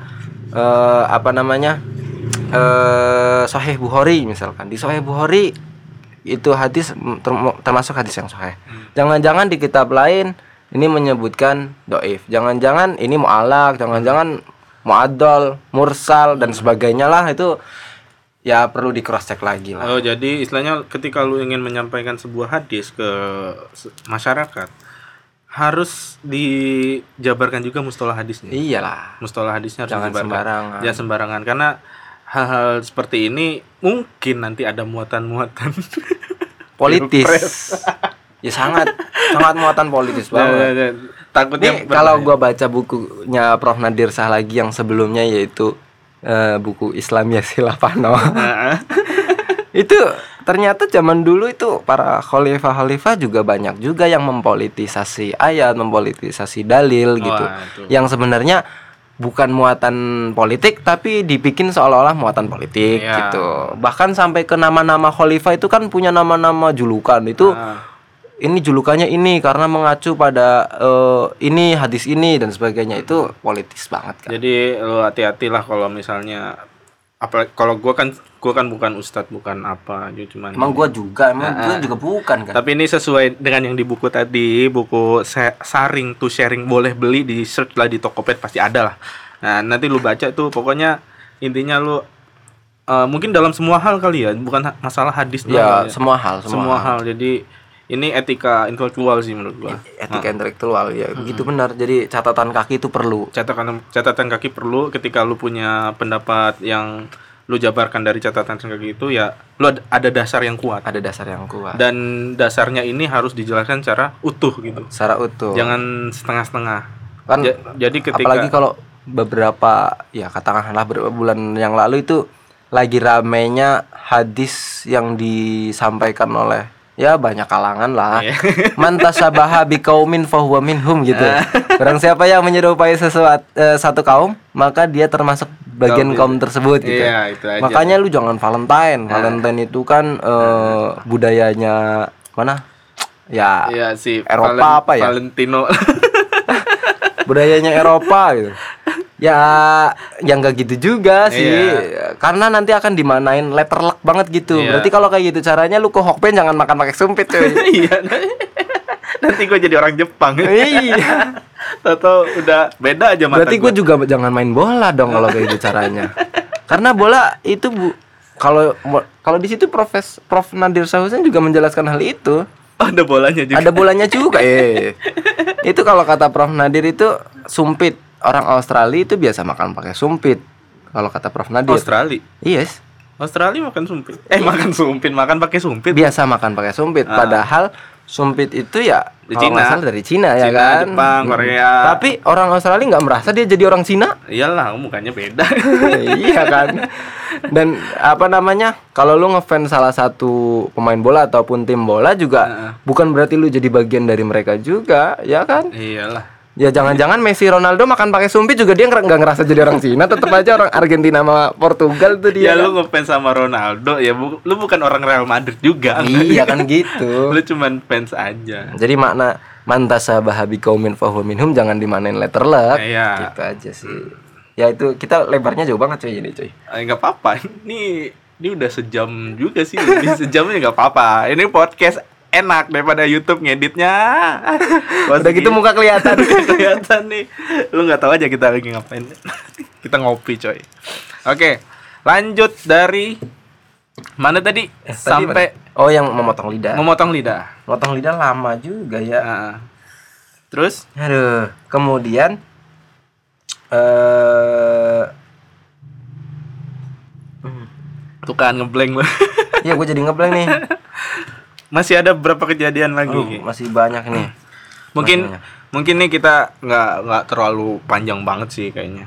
Sahih Bukhari misalkan. Di Sahih Bukhari itu hadis termasuk hadis yang sahih. Jangan-jangan di kitab lain ini menyebutkan dhaif. Jangan-jangan ini mu'allaq, jangan-jangan mu'addal, mursal dan sebagainya lah, itu ya perlu di cross check lagi lah. Oh, jadi istilahnya ketika lu ingin menyampaikan sebuah hadis ke masyarakat, harus dijabarkan juga mustalah hadisnya. Iyalah. Mustalah hadisnya harus dijabarkan. Sembarangan. Jangan sembarangan, karena hal-hal seperti ini mungkin nanti ada muatan-muatan politis. Ya sangat muatan politis banget. Takutnya kalau gua baca bukunya Prof Nadir Shah lagi yang sebelumnya, yaitu buku Islamiyah Silafano. Itu ternyata zaman dulu itu para khalifah juga banyak juga yang mempolitisasi ayat, mempolitisasi dalil gitu. Yang sebenarnya bukan muatan politik tapi dibikin seolah-olah muatan politik gitu. Bahkan sampai ke nama-nama khalifah itu kan punya nama-nama julukan itu. Ini julukannya ini karena mengacu pada ini hadis ini dan sebagainya, itu politis banget kan. Jadi lo hati-hatilah kalau misalnya kalau gue kan bukan ustadz, bukan apa, cuman gue juga bukan kan. Tapi ini sesuai dengan yang di buku tadi, buku Sharing to Sharing, boleh beli, di search lah di Tokopedia pasti ada lah. Nah, nanti lu baca tuh, pokoknya intinya lu mungkin dalam semua hal kali ya, bukan masalah hadis doang. Ya, semua hal. Jadi ini etika intelektual sih menurut gua. Etika intelektual ya, begitu benar. Jadi catatan kaki itu perlu. Catatan kaki perlu ketika lu punya pendapat yang lu jabarkan dari catatan kaki itu, ya lu ada dasar yang kuat. Dan dasarnya ini harus dijelaskan secara utuh gitu. Jangan setengah-setengah. Kan jadi ketika apalagi kalau beberapa katakanlah beberapa bulan yang lalu itu lagi ramainya hadis yang disampaikan oleh banyak kalangan lah. Man tasyabaha biqaumin fahuwa minhum gitu. Barang siapa yang menyerupai satu kaum, maka dia termasuk bagian kaum tersebut gitu. Itu aja. Makanya lu jangan Valentine. Valentine itu kan budayanya mana? Ya, si Eropa apa ya? Valentino. Budayanya Eropa gitu. Ya, yang enggak gitu juga sih. Karena nanti akan dimanain letterlock banget gitu. Berarti kalau kayak gitu caranya, lu ke Hokpen jangan makan pakai sumpit cuy. Iya. Nanti gue jadi orang Jepang. Iya. Atau udah beda aja mata. Berarti gue juga jangan main bola dong kalau kayak gitu caranya. Karena bola itu kalau di situ Prof Nadir Shah juga menjelaskan hal itu. Ada bolanya juga. Itu kalau kata Prof Nadir itu sumpit. Orang Australia itu biasa makan pakai sumpit. Kalau kata Prof Nadir. Australia? Yes. Australia makan sumpit. Makan pakai sumpit. Biasa makan pakai sumpit. Padahal sumpit itu ya di Cina. Dari Cina ya kan. Jepang, Korea. Tapi orang Australia nggak merasa dia jadi orang Cina. Iyalah, mukanya beda. Iya kan. Dan kalau lu ngefans salah satu pemain bola ataupun tim bola juga bukan berarti lu jadi bagian dari mereka juga, ya kan? Iyalah. Ya jangan-jangan Messi, Ronaldo makan pakai sumpit juga dia nggak ngerasa jadi orang Cina, tetap aja orang Argentina sama Portugal tuh dia. Ya kan? Lu ngefans sama Ronaldo ya, lu bukan orang Real Madrid juga. Iya kan gitu. Lu cuman fans aja. Jadi makna man tasyabaha biqaumin fahuwa minhum jangan dimanain letterlock. Gitu aja sih. Ya itu kita lebarnya jauh banget cuy ini cuy. Enggak apa-apa. Ini udah sejam juga sih. Sejamnya enggak apa-apa. Ini podcast enak daripada YouTube ngeditnya. Udah gitu muka kelihatan nih. Lu nggak tahu aja kita lagi ngapain. Kita ngopi coy. Oke, lanjut dari mana tadi? Sampai yang memotong lidah. Memotong lidah lama juga ya. Terus? Aduh, kemudian tuh kan ngeblank lu. Iya, gue jadi ngeblank nih. Masih ada berapa kejadian lagi? Masih banyak nih. Mungkin nih kita nggak terlalu panjang banget sih kayaknya.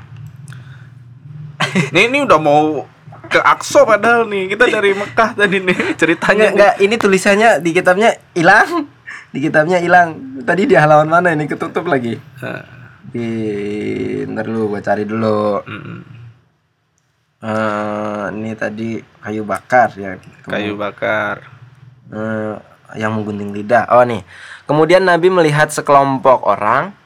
Ini udah mau ke Aqsa padahal nih, kita dari Mekah tadi nih ceritanya. Enggak, ini tulisannya di kitabnya hilang. Tadi di halaman mana ini, ketutup lagi. Ntar dulu gue cari dulu. Ini tadi kayu bakar ya. Kayu bakar. Yang menggunting lidah. Oh nih. Kemudian Nabi melihat sekelompok orang.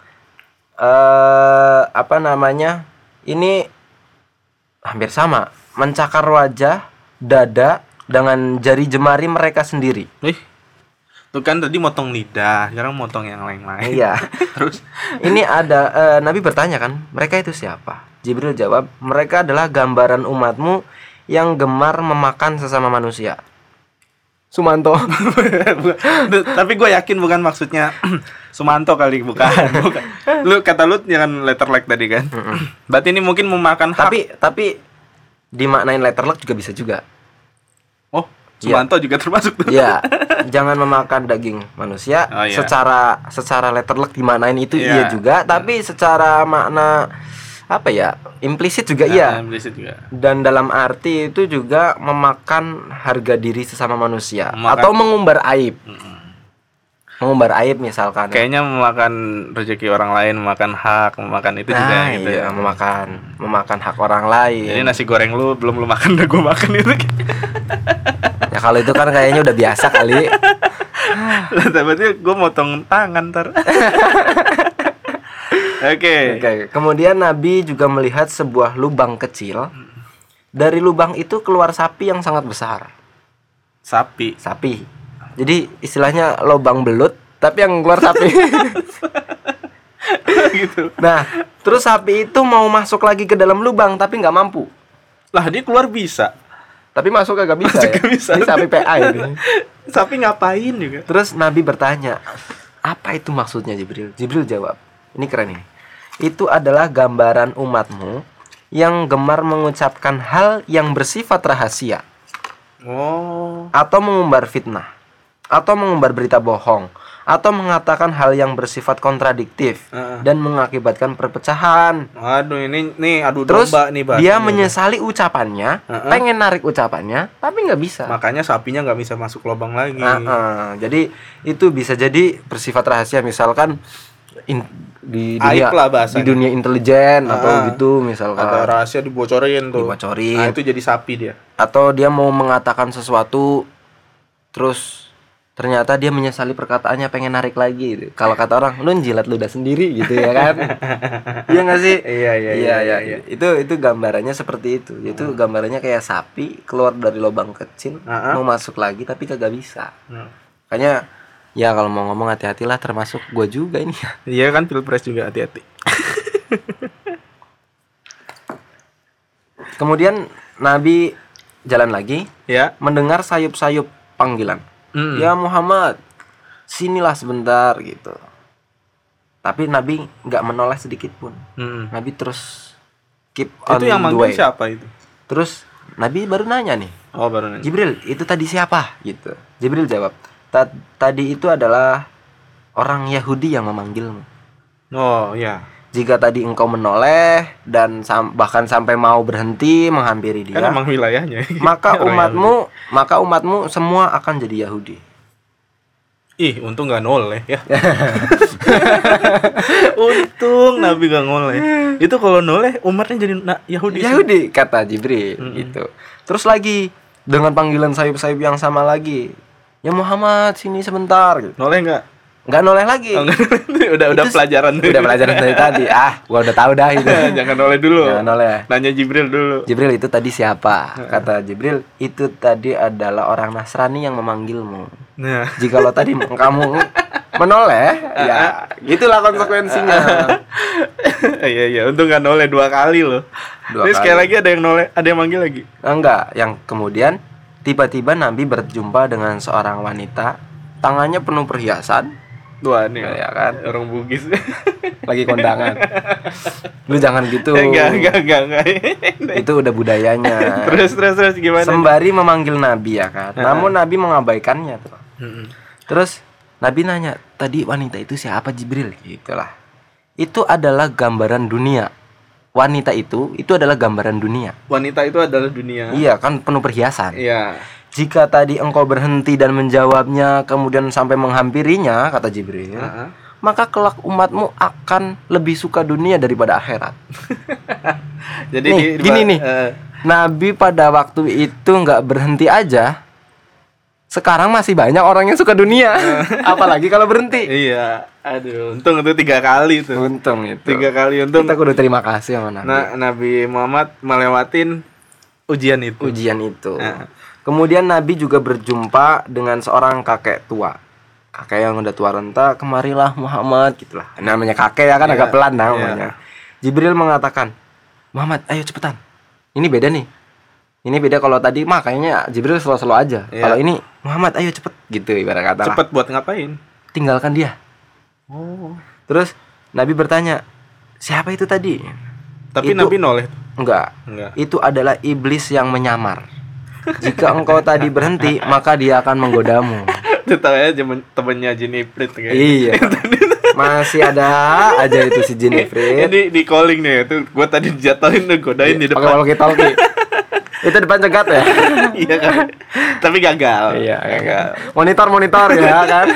Ini hampir sama. Mencakar wajah, dada dengan jari jemari mereka sendiri. Tuh kan tadi motong lidah, sekarang motong yang lain-lain. Iya. Terus ini ada Nabi bertanya kan, mereka itu siapa? Jibril jawab, mereka adalah gambaran umatmu yang gemar memakan sesama manusia. Sumanto. Tapi gue yakin bukan maksudnya Sumanto kali, bukan. Lu jangan letter luck tadi kan. Berarti ini mungkin memakan hak. Tapi dimaknain letter luck juga bisa juga. Oh, Sumanto juga termasuk tuh. Iya. Jangan memakan daging manusia. Secara letter luck dimaknain itu iya juga, tapi secara makna implisit juga iya. Implisit juga. Dan dalam arti itu juga memakan harga diri sesama manusia atau mengumbar aib. Mengumbar aib misalkan. Kayaknya memakan rezeki orang lain, memakan hak, memakan itu juga gitu. Iya, memakan hak orang lain. Jadi nasi goreng lu belum lu makan, udah gue makan itu. Ya kalau itu kan kayaknya udah biasa kali. Berarti gue motong tangan ntar. Oke. Kemudian Nabi juga melihat sebuah lubang kecil. Dari lubang itu keluar sapi yang sangat besar. Sapi. Jadi istilahnya lubang belut, tapi yang keluar sapi. Gitu. Nah, terus sapi itu mau masuk lagi ke dalam lubang, tapi nggak mampu. Lah dia keluar bisa, tapi masuk kagak bisa. Ini sapi PA ini. Sapi ngapain juga? Terus Nabi bertanya, apa itu maksudnya Jibril? Jibril jawab, ini keren nih. Itu adalah gambaran umatmu yang gemar mengucapkan hal yang bersifat rahasia. Atau mengumbar fitnah, atau mengumbar berita bohong, atau mengatakan hal yang bersifat kontradiktif dan mengakibatkan perpecahan. Aduh, ini adu terus domba nih, Bang. Dia menyesali ucapannya, pengen narik ucapannya, tapi nggak bisa. Makanya sapinya nggak bisa masuk lubang lagi. Jadi itu bisa jadi bersifat rahasia, misalkan di dunia intelijen atau gitu misalkan. Atau rahasia dibocorin tuh. Nah, itu jadi sapi dia. Atau dia mau mengatakan sesuatu terus ternyata dia menyesali perkataannya, pengen narik lagi gitu. Kalau kata orang, lu jilat ludah sendiri gitu ya kan. Iya enggak sih? Iya. Itu gambarannya seperti itu. Itu gambarannya kayak sapi keluar dari lubang kecil, mau masuk lagi tapi kagak bisa. Makanya ya kalau mau ngomong hati-hatilah, termasuk gue juga ini. Iya kan, pilpres juga hati-hati. Kemudian Nabi jalan lagi, mendengar sayup-sayup panggilan. Ya Muhammad, sinilah sebentar gitu. Tapi Nabi nggak menoleh sedikit pun. Nabi terus keep on the way. Itu yang manggil siapa itu? Terus Nabi baru nanya nih. Baru nanya. Jibril, itu tadi siapa? Gitu. Jibril jawab, tadi itu adalah orang Yahudi yang memanggilmu. Oh ya. Jika tadi engkau menoleh dan bahkan sampai mau berhenti menghampiri dia, kan emang wilayahnya. maka umatmu semua akan jadi Yahudi. Ih, untung nggak noleh ya. Untung Nabi nggak noleh. Itu kalau noleh umatnya jadi Yahudi. Kata Jibril gitu. Terus lagi dengan panggilan sayup-sayup yang sama lagi. Ya Muhammad, sini sebentar gitu. Noleh nggak noleh lagi. Udah pelajaran. Udah pelajaran dari tadi. Gua udah tahu dah itu. Jangan noleh dulu. Jangan noleh. Nanya Jibril dulu. Jibril, itu tadi siapa? Kata Jibril, itu tadi adalah orang Nasrani yang memanggilmu. Nah, jikalau tadi kamu menoleh, ya itulah konsekuensinya. Iya, untung nggak noleh 2 kali loh. Terus sekali lagi ada yang manggil lagi. Enggak, yang kemudian tiba-tiba Nabi berjumpa dengan seorang wanita, tangannya penuh perhiasan, Wah, nih ya kan, orang Bugis. lagi kondangan. Lu jangan gitu. Enggak. Itu udah budayanya. Terus gimana? Sembari memanggil Nabi ya kan. Namun Nabi mengabaikannya tuh. Terus Nabi nanya, tadi wanita itu siapa Jibril? Gitulah. Itu adalah gambaran dunia. Wanita itu adalah gambaran dunia. Wanita itu adalah dunia. Iya kan, penuh perhiasan. Iya. Jika tadi engkau berhenti dan menjawabnya, kemudian sampai menghampirinya, kata Jibril, maka kelak umatmu akan lebih suka dunia daripada akhirat. Jadi nih, gini nih, Nabi pada waktu itu nggak berhenti aja. Sekarang masih banyak orang yang suka dunia. Apalagi kalau berhenti. Iya. Aduh, untung itu 3 kali tuh. Untung itu 3 kali untung. Kita kudu terima kasih sama Nabi. Nabi Muhammad melewatin ujian itu. Kemudian Nabi juga berjumpa dengan seorang kakek tua. Kakek yang udah tua renta, kemarilah Muhammad, gitulah. Namanya kakek ya kan, agak pelan namanya. Jibril mengatakan, Muhammad, ayo cepetan. Ini beda nih. Ini beda, kalau tadi mah kayaknya Jibril slow-slow aja. Kalau ini Muhammad, ayo cepet gitu ibarat kata. Cepet buat ngapain? Tinggalkan dia. Terus Nabi bertanya, siapa itu tadi? Tapi Nabi noleh. Enggak. Itu adalah iblis yang menyamar. Jika engkau tadi berhenti, maka dia akan menggodamu. Itu tahu ya temennya Jin Ifrit kayak. Iya. Masih ada aja itu si Jin Ifrit. Ini di calling nih, itu gua tadi dijatuhin tuh, godain di depan. Pakai walkie-talkie. Itu depan cegat ya? Iya kan. Tapi gagal. Iya, gagal. Monitor ya kan.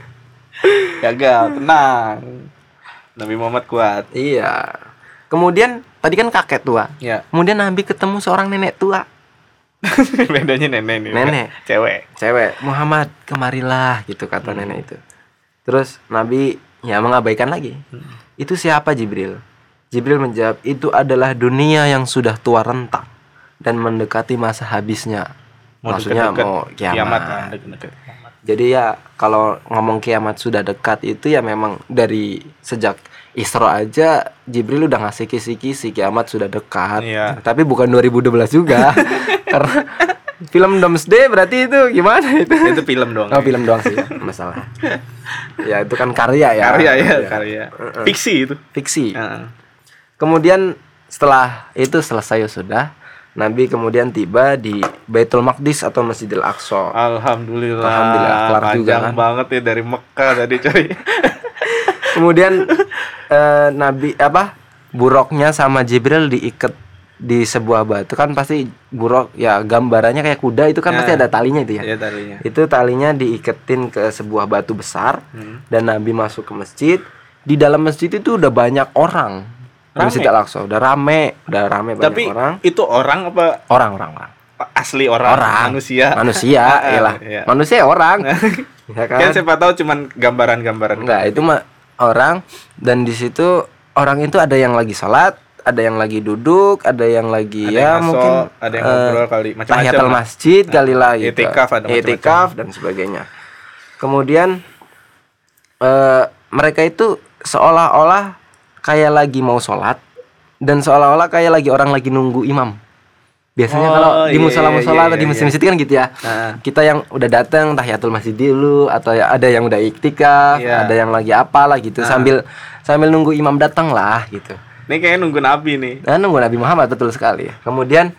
Gagal, tenang. Nabi Muhammad kuat. Iya. Kemudian tadi kan kakek tua. Iya. Kemudian Nabi ketemu seorang nenek tua. Bedanya nenek nih. Nenek. Cewek. Muhammad, kemarilah gitu kata nenek itu. Terus Nabi ya mengabaikan lagi. Itu siapa Jibril? Jibril menjawab, itu adalah dunia yang sudah tua renta dan mendekati masa habisnya. Maksudnya mau kiamat. Jadi ya kalau ngomong kiamat sudah dekat itu ya memang dari sejak Isra aja Jibril udah ngasih kisi-kisi kiamat sudah dekat. Iya. Tapi bukan 2012 juga. Karena film Doomsday berarti itu gimana itu? Itu film doang. Oh, film doang sih ya, masalah. Ya itu kan karya ya. Karya. Fiksi itu. Fiksi. Kemudian setelah itu selesai sudah, Nabi kemudian tiba di Baitul Maqdis atau Masjidil Aqsa. Alhamdulillah kelar juga kan. Banget ya dari Mekah tadi coy. Kemudian Nabi buruknya sama Jibril diikat di sebuah batu kan, pasti buruk ya gambarannya kayak kuda itu kan pasti ada talinya itu ya. Iya, talinya. Itu talinya diiketin ke sebuah batu besar dan Nabi masuk ke masjid. Di dalam masjid itu udah banyak orang. Masjid Al-Aqsa udah rame banyak tapi orang. Tapi itu orang apa? Orang. Asli orang. Manusia. Iyalah. Manusia orang. Ya kan? Kan siapa tahu cuman gambaran-gambaran. Enggak, itu mah orang, dan di situ orang itu ada yang lagi sholat, ada yang lagi duduk, ada yang lagi ada mungkin ada yang ngobrol kali macam-macam. Tahiyatul masjid kali lah gitu. Itikaf dan sebagainya. Kemudian mereka itu seolah-olah kayak lagi mau sholat dan seolah-olah kayak lagi orang lagi nunggu imam. Biasanya kalau di musola-musola atau di masjid-masjid kan gitu ya. Kita yang udah datang tahiyatul masjid dulu, atau ya ada yang udah iktikaf, ada yang lagi apalah gitu, sambil nunggu imam datang lah gitu. Ini kayaknya nunggu Nabi nih. Nunggu Nabi Muhammad, betul sekali. Kemudian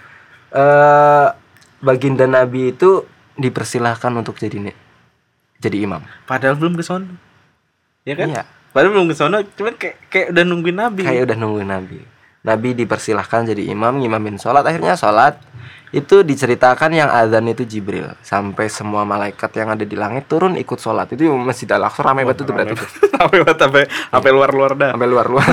baginda Nabi itu dipersilahkan untuk jadi imam. Padahal belum ke sono. Ya kan? Iya. Padahal belum ke sono, cuman kayak udah nungguin Nabi. Kayak udah nungguin Nabi. Nabi dipersilahkan jadi imam, ngimamin sholat. Akhirnya sholat. Itu diceritakan yang azan itu Jibril. Sampai semua malaikat yang ada di langit turun ikut sholat. Itu Masjid Al-Aqsa ramai banget tuh berarti. Sampai luar-luar dah. Sampai luar-luar.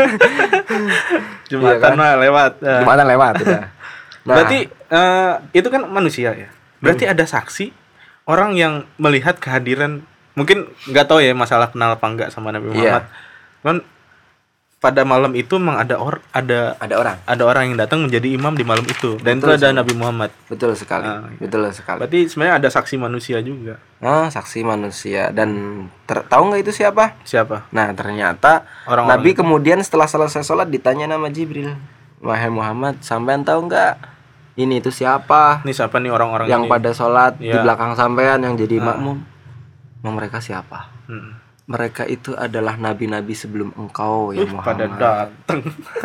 Jumatan mah lewat. Jumatan lewat udah. Nah, berarti itu kan manusia ya. Berarti ada saksi orang yang melihat kehadiran, mungkin nggak tahu ya masalah kenal apa enggak sama Nabi Muhammad. Kan pada malam itu memang ada orang yang datang menjadi imam di malam itu, dan betul, itu ada Nabi Muhammad. Betul sekali. Betul sekali. Berarti sebenarnya ada saksi manusia juga. Saksi manusia. Dan tahu nggak itu siapa? Nah, ternyata Nabi itu kemudian setelah selesai sholat ditanya nama Jibril, wahai Muhammad, sampean tahu nggak ini itu siapa? Ini siapa nih orang-orang yang ini pada sholat di belakang sampean yang jadi makmum? Mereka siapa? mereka itu adalah nabi-nabi sebelum engkau ya Muhammad. Pada datang.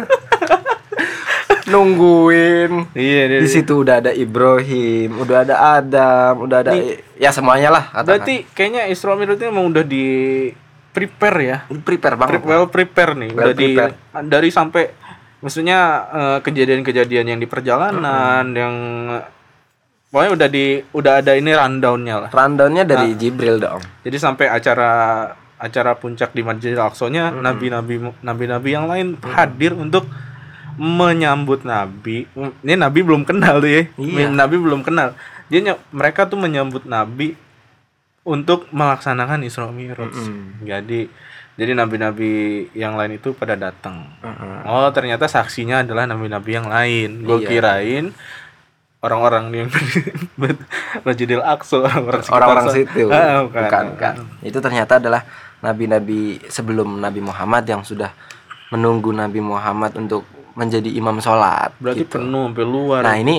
Nungguin. Iya. Di situ udah ada Ibrahim, udah ada Adam, udah ada ya semuanya lah katakan. Berarti kayaknya Isra Mi'raj itu emang udah di prepare ya. Prepare banget. Prepare nih. Udah dari sampai maksudnya kejadian-kejadian yang di perjalanan yang pokoknya udah ada ini rundown-nya lah. Rundown-nya dari Jibril dong. Jadi sampai acara puncak di Masjidil Aqsa-nya nabi-nabi yang lain hadir untuk menyambut Nabi. Ini Nabi belum kenal tuh ya. Iya. Nabi belum kenal. Mereka tuh menyambut Nabi untuk melaksanakan Isra Mi'raj. Jadi nabi-nabi yang lain itu pada datang. Oh, ternyata saksinya adalah nabi-nabi yang lain. Gue kirain orang-orang yang Masjidil Aqsa, orang-orang situ. Bukan. Itu ternyata adalah nabi-nabi sebelum Nabi Muhammad yang sudah menunggu Nabi Muhammad untuk menjadi imam sholat. Berarti gitu. penuh sampai luar. Nah ini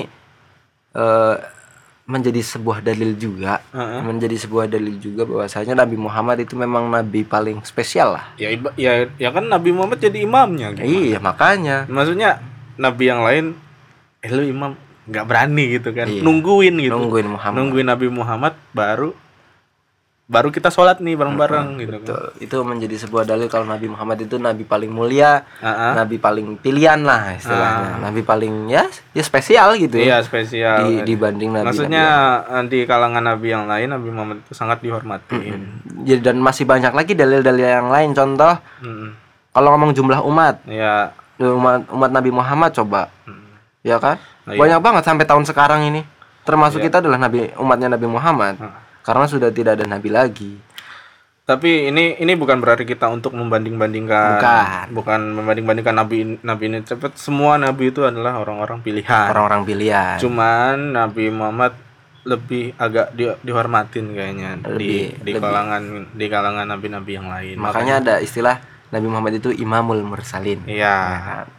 menjadi sebuah dalil juga, bahwasanya Nabi Muhammad itu memang nabi paling spesial lah. Ya kan Nabi Muhammad jadi imamnya. Gimana? Iya makanya. Maksudnya nabi yang lain, lu imam nggak berani gitu kan? Iya. Nungguin Nabi Muhammad baru kita sholat nih bareng-bareng gitu. Betul. Kan. Itu menjadi sebuah dalil kalau Nabi Muhammad itu nabi paling mulia, nabi paling pilihan lah istilahnya, nabi paling ya spesial gitu. Iya spesial. Dibanding nabi. Maksudnya di kalangan nabi yang lain Nabi Muhammad itu sangat dihormati. Jadi dan masih banyak lagi dalil-dalil yang lain. Contoh, kalau ngomong jumlah umat, ya umat Nabi Muhammad coba, ya kan? Banyak banget sampai tahun sekarang ini. Termasuk kita adalah umatnya Nabi Muhammad. Karena sudah tidak ada nabi lagi. Tapi ini bukan berarti kita untuk membanding-bandingkan. Bukan membanding-bandingkan nabi ini. Semua nabi itu adalah orang-orang pilihan. Cuman Nabi Muhammad lebih agak dihormatin kayaknya di kalangan nabi-nabi yang lain. Makanya ada istilah Nabi Muhammad itu Imamul Mursalin. Iya.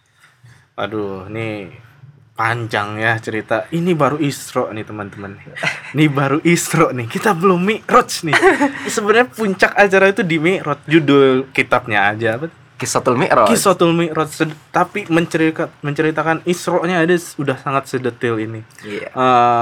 Aduh, ini panjang ya cerita. Ini baru Isra nih teman-teman. Ini baru Isra nih. Kita belum Mi'raj nih. Sebenarnya puncak acara itu di Mi'raj. Judul kitabnya aja apa? Kisatul Mi'raj. Tapi menceritakan Isra-nya udah sangat sedetail ini. Iya.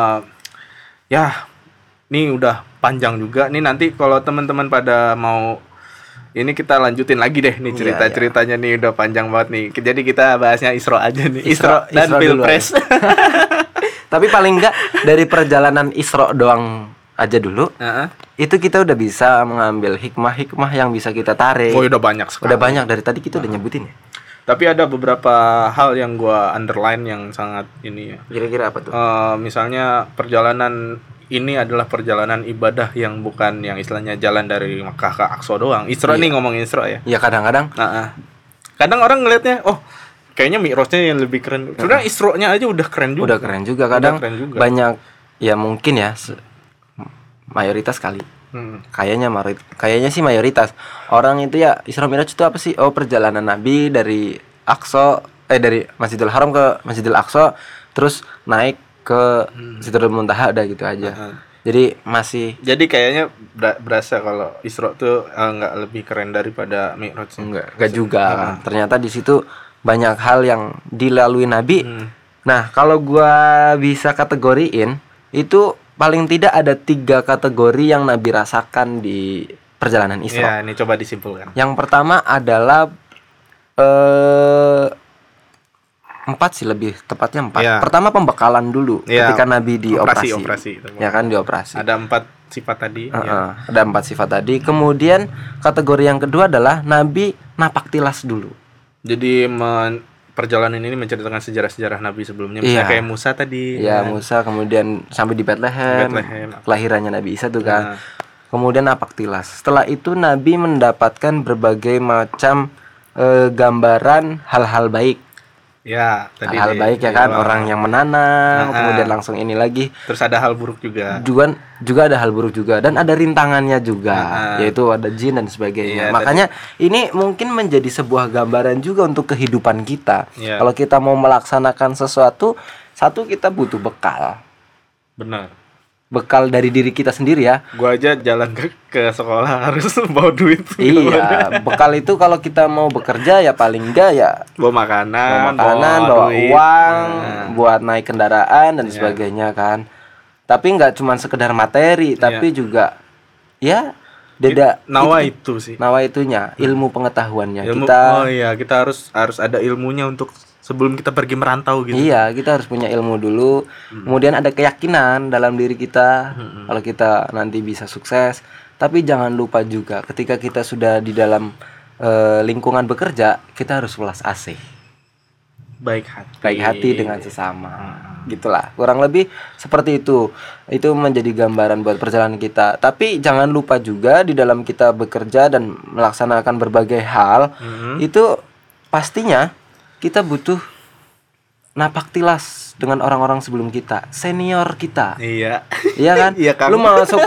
Ya, ini udah panjang juga. Nih nanti kalau teman-teman pada mau ini kita lanjutin lagi deh nih ceritanya nih udah panjang banget nih. Jadi kita bahasnya Isra aja nih. Isra dan Pilpres. Tapi paling enggak dari perjalanan Isra doang aja dulu. Itu kita udah bisa mengambil hikmah-hikmah yang bisa kita tarik. Oh, udah banyak sekali. Udah banyak dari tadi kita udah nyebutin ya. Tapi ada beberapa hal yang gua underline yang sangat ini ya. Kira-kira apa tuh? Misalnya perjalanan ini adalah perjalanan ibadah yang bukan yang istilahnya jalan dari Makkah ke Aqsa doang. Isra nih ngomongin Isra ya. Iya kadang-kadang. Kadang orang ngelihatnya, oh kayaknya Mi'rajnya yang lebih keren. Sebenarnya Isra-nya aja udah keren juga. Udah keren juga. Kadang banyak ya mungkin ya mayoritas kali. Kayaknya sih mayoritas orang itu ya Isra Mi'raj itu apa sih? Oh perjalanan Nabi dari Aqsa dari Masjidil Haram ke Masjidil Aqsa terus naik ke Sidratul Muntaha ada gitu aja. Jadi kayaknya berasa kalau Isra tuh enggak lebih keren daripada Mi'raj. Enggak juga. Ternyata di situ banyak hal yang dilalui Nabi. Nah, kalau gua bisa kategoriin itu paling tidak ada 3 kategori yang Nabi rasakan di perjalanan Isra. Ya, ini coba disimpulkan. Yang pertama adalah 4 sih lebih tepatnya 4. Ya. Pertama pembekalan dulu ketika Nabi dioperasi. Ya kan dioperasi. Ada 4 sifat tadi. Ada 4 sifat tadi. Kemudian kategori yang kedua adalah Nabi napak tilas dulu. Jadi perjalanan ini menceritakan sejarah-sejarah Nabi sebelumnya. Misalnya kayak Musa tadi. Ya Musa kemudian sampai di Bethlehem. Kelahirannya Nabi Isa tuh kan. Kemudian napak tilas. Setelah itu Nabi mendapatkan berbagai macam gambaran hal-hal baik. Ya, tadi hal baik ya kan, orang yang menanam, kemudian langsung ini lagi. Terus ada hal buruk juga. Juga ada hal buruk juga dan ada rintangannya juga, yaitu ada jin dan sebagainya. Makanya ini mungkin menjadi sebuah gambaran juga untuk kehidupan kita. Kalau kita mau melaksanakan sesuatu, kita butuh bekal. Benar. bekal dari diri kita sendiri ya. Gua aja jalan ke sekolah harus bawa duit. Iya, bekal itu kalau kita mau bekerja ya paling enggak ya bawa makanan, bawa uang, buat naik kendaraan dan sebagainya kan. Tapi enggak cuma sekedar materi, tapi juga ya nawa itu sih. Nawa itunya, ilmu pengetahuannya. Kita harus ada ilmunya untuk sebelum kita pergi merantau gitu. Iya, kita harus punya ilmu dulu. Kemudian ada keyakinan dalam diri kita kalau kita nanti bisa sukses. Tapi jangan lupa juga ketika kita sudah di dalam lingkungan bekerja, kita harus welas asih. Baik hati dengan sesama. Gitulah, kurang lebih seperti itu menjadi gambaran buat perjalanan kita. Tapi jangan lupa juga di dalam kita bekerja dan melaksanakan berbagai hal itu pastinya kita butuh napak tilas dengan orang-orang sebelum kita, senior kita. Iya kan? Lu masuk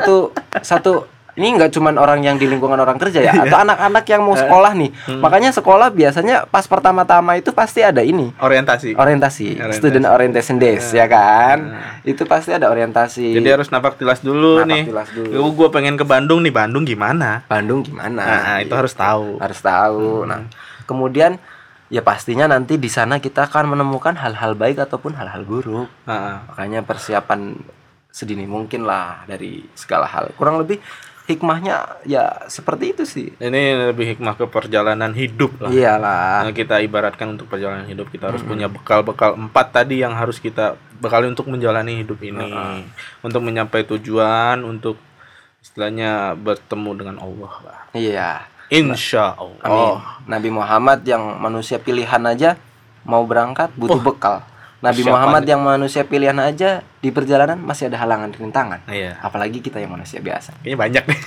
satu ini nggak cuman orang yang di lingkungan orang kerja ya, atau anak-anak yang mau sekolah nih. Makanya sekolah biasanya pas pertama-tama itu pasti ada ini. Orientasi. Student orientation days ya kan. Itu pasti ada orientasi. Jadi harus napak tilas dulu nih. Gue pengen ke Bandung nih. Bandung gimana? Nah, itu harus tahu. Nah, kemudian ya pastinya nanti di sana kita akan menemukan hal-hal baik ataupun hal-hal buruk. Makanya persiapan sedini mungkin lah dari segala hal. Kurang lebih hikmahnya ya seperti itu sih. Ini lebih hikmah ke perjalanan hidup lah. Iyalah. Nah, kita ibaratkan untuk perjalanan hidup kita harus punya bekal-bekal 4 tadi yang harus kita bekali untuk menjalani hidup ini. Untuk mencapai tujuan, untuk istilahnya bertemu dengan Allah lah. Iya. Insya Allah. Amin. Nabi Muhammad yang manusia pilihan aja mau berangkat butuh bekal. Nabi Muhammad yang manusia pilihan aja di perjalanan masih ada halangan rintangan. Iya. Apalagi kita yang manusia biasa. Kayaknya banyak nih.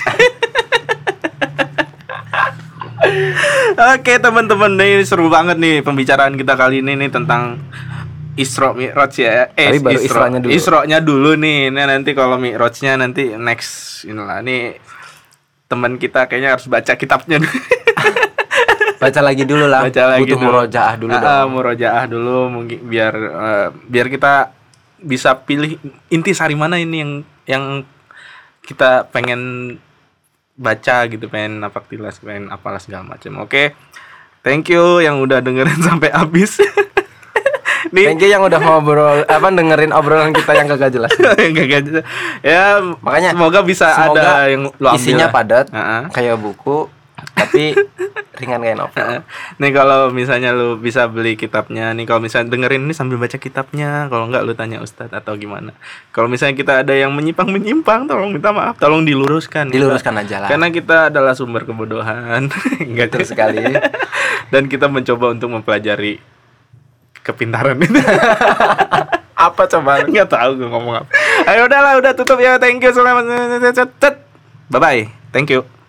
Oke teman-teman, ini seru banget nih pembicaraan kita kali ini nih tentang Isra Mi'raj ya. Tapi baru Isra-nya dulu nih. Nah, nanti kalau Mi'rajnya nanti next inilah. Nih teman kita kayaknya harus baca kitabnya. Baca lagi dulu lah. Butuh murojaah dulu dong. Murojaah dulu mungkin biar kita bisa pilih intisari mana ini yang kita pengen baca gitu, pengen napak tilas, pengen apalah segala macam. Oke. Thank you yang udah dengerin sampai habis. Thank you yang udah dengerin obrolan kita yang kagak jelas. Ya, makanya semoga ada yang lo ambil. Isinya padat, kayak buku, tapi ringan kayak novel. Nih kalau misalnya lu bisa beli kitabnya nih, kalau misalnya dengerin ini sambil baca kitabnya, kalau enggak lu tanya ustadz atau gimana. Kalau misalnya kita ada yang menyimpang, tolong minta maaf, tolong diluruskan aja lah. Karena kita adalah sumber kebodohan. Enggak terus sekali. Dan kita mencoba untuk mempelajari kepintaran itu. Apa coba? Enggak tahu gue ngomong apa. Ayo udah tutup ya. Thank you, selamat. Bye bye. Thank you.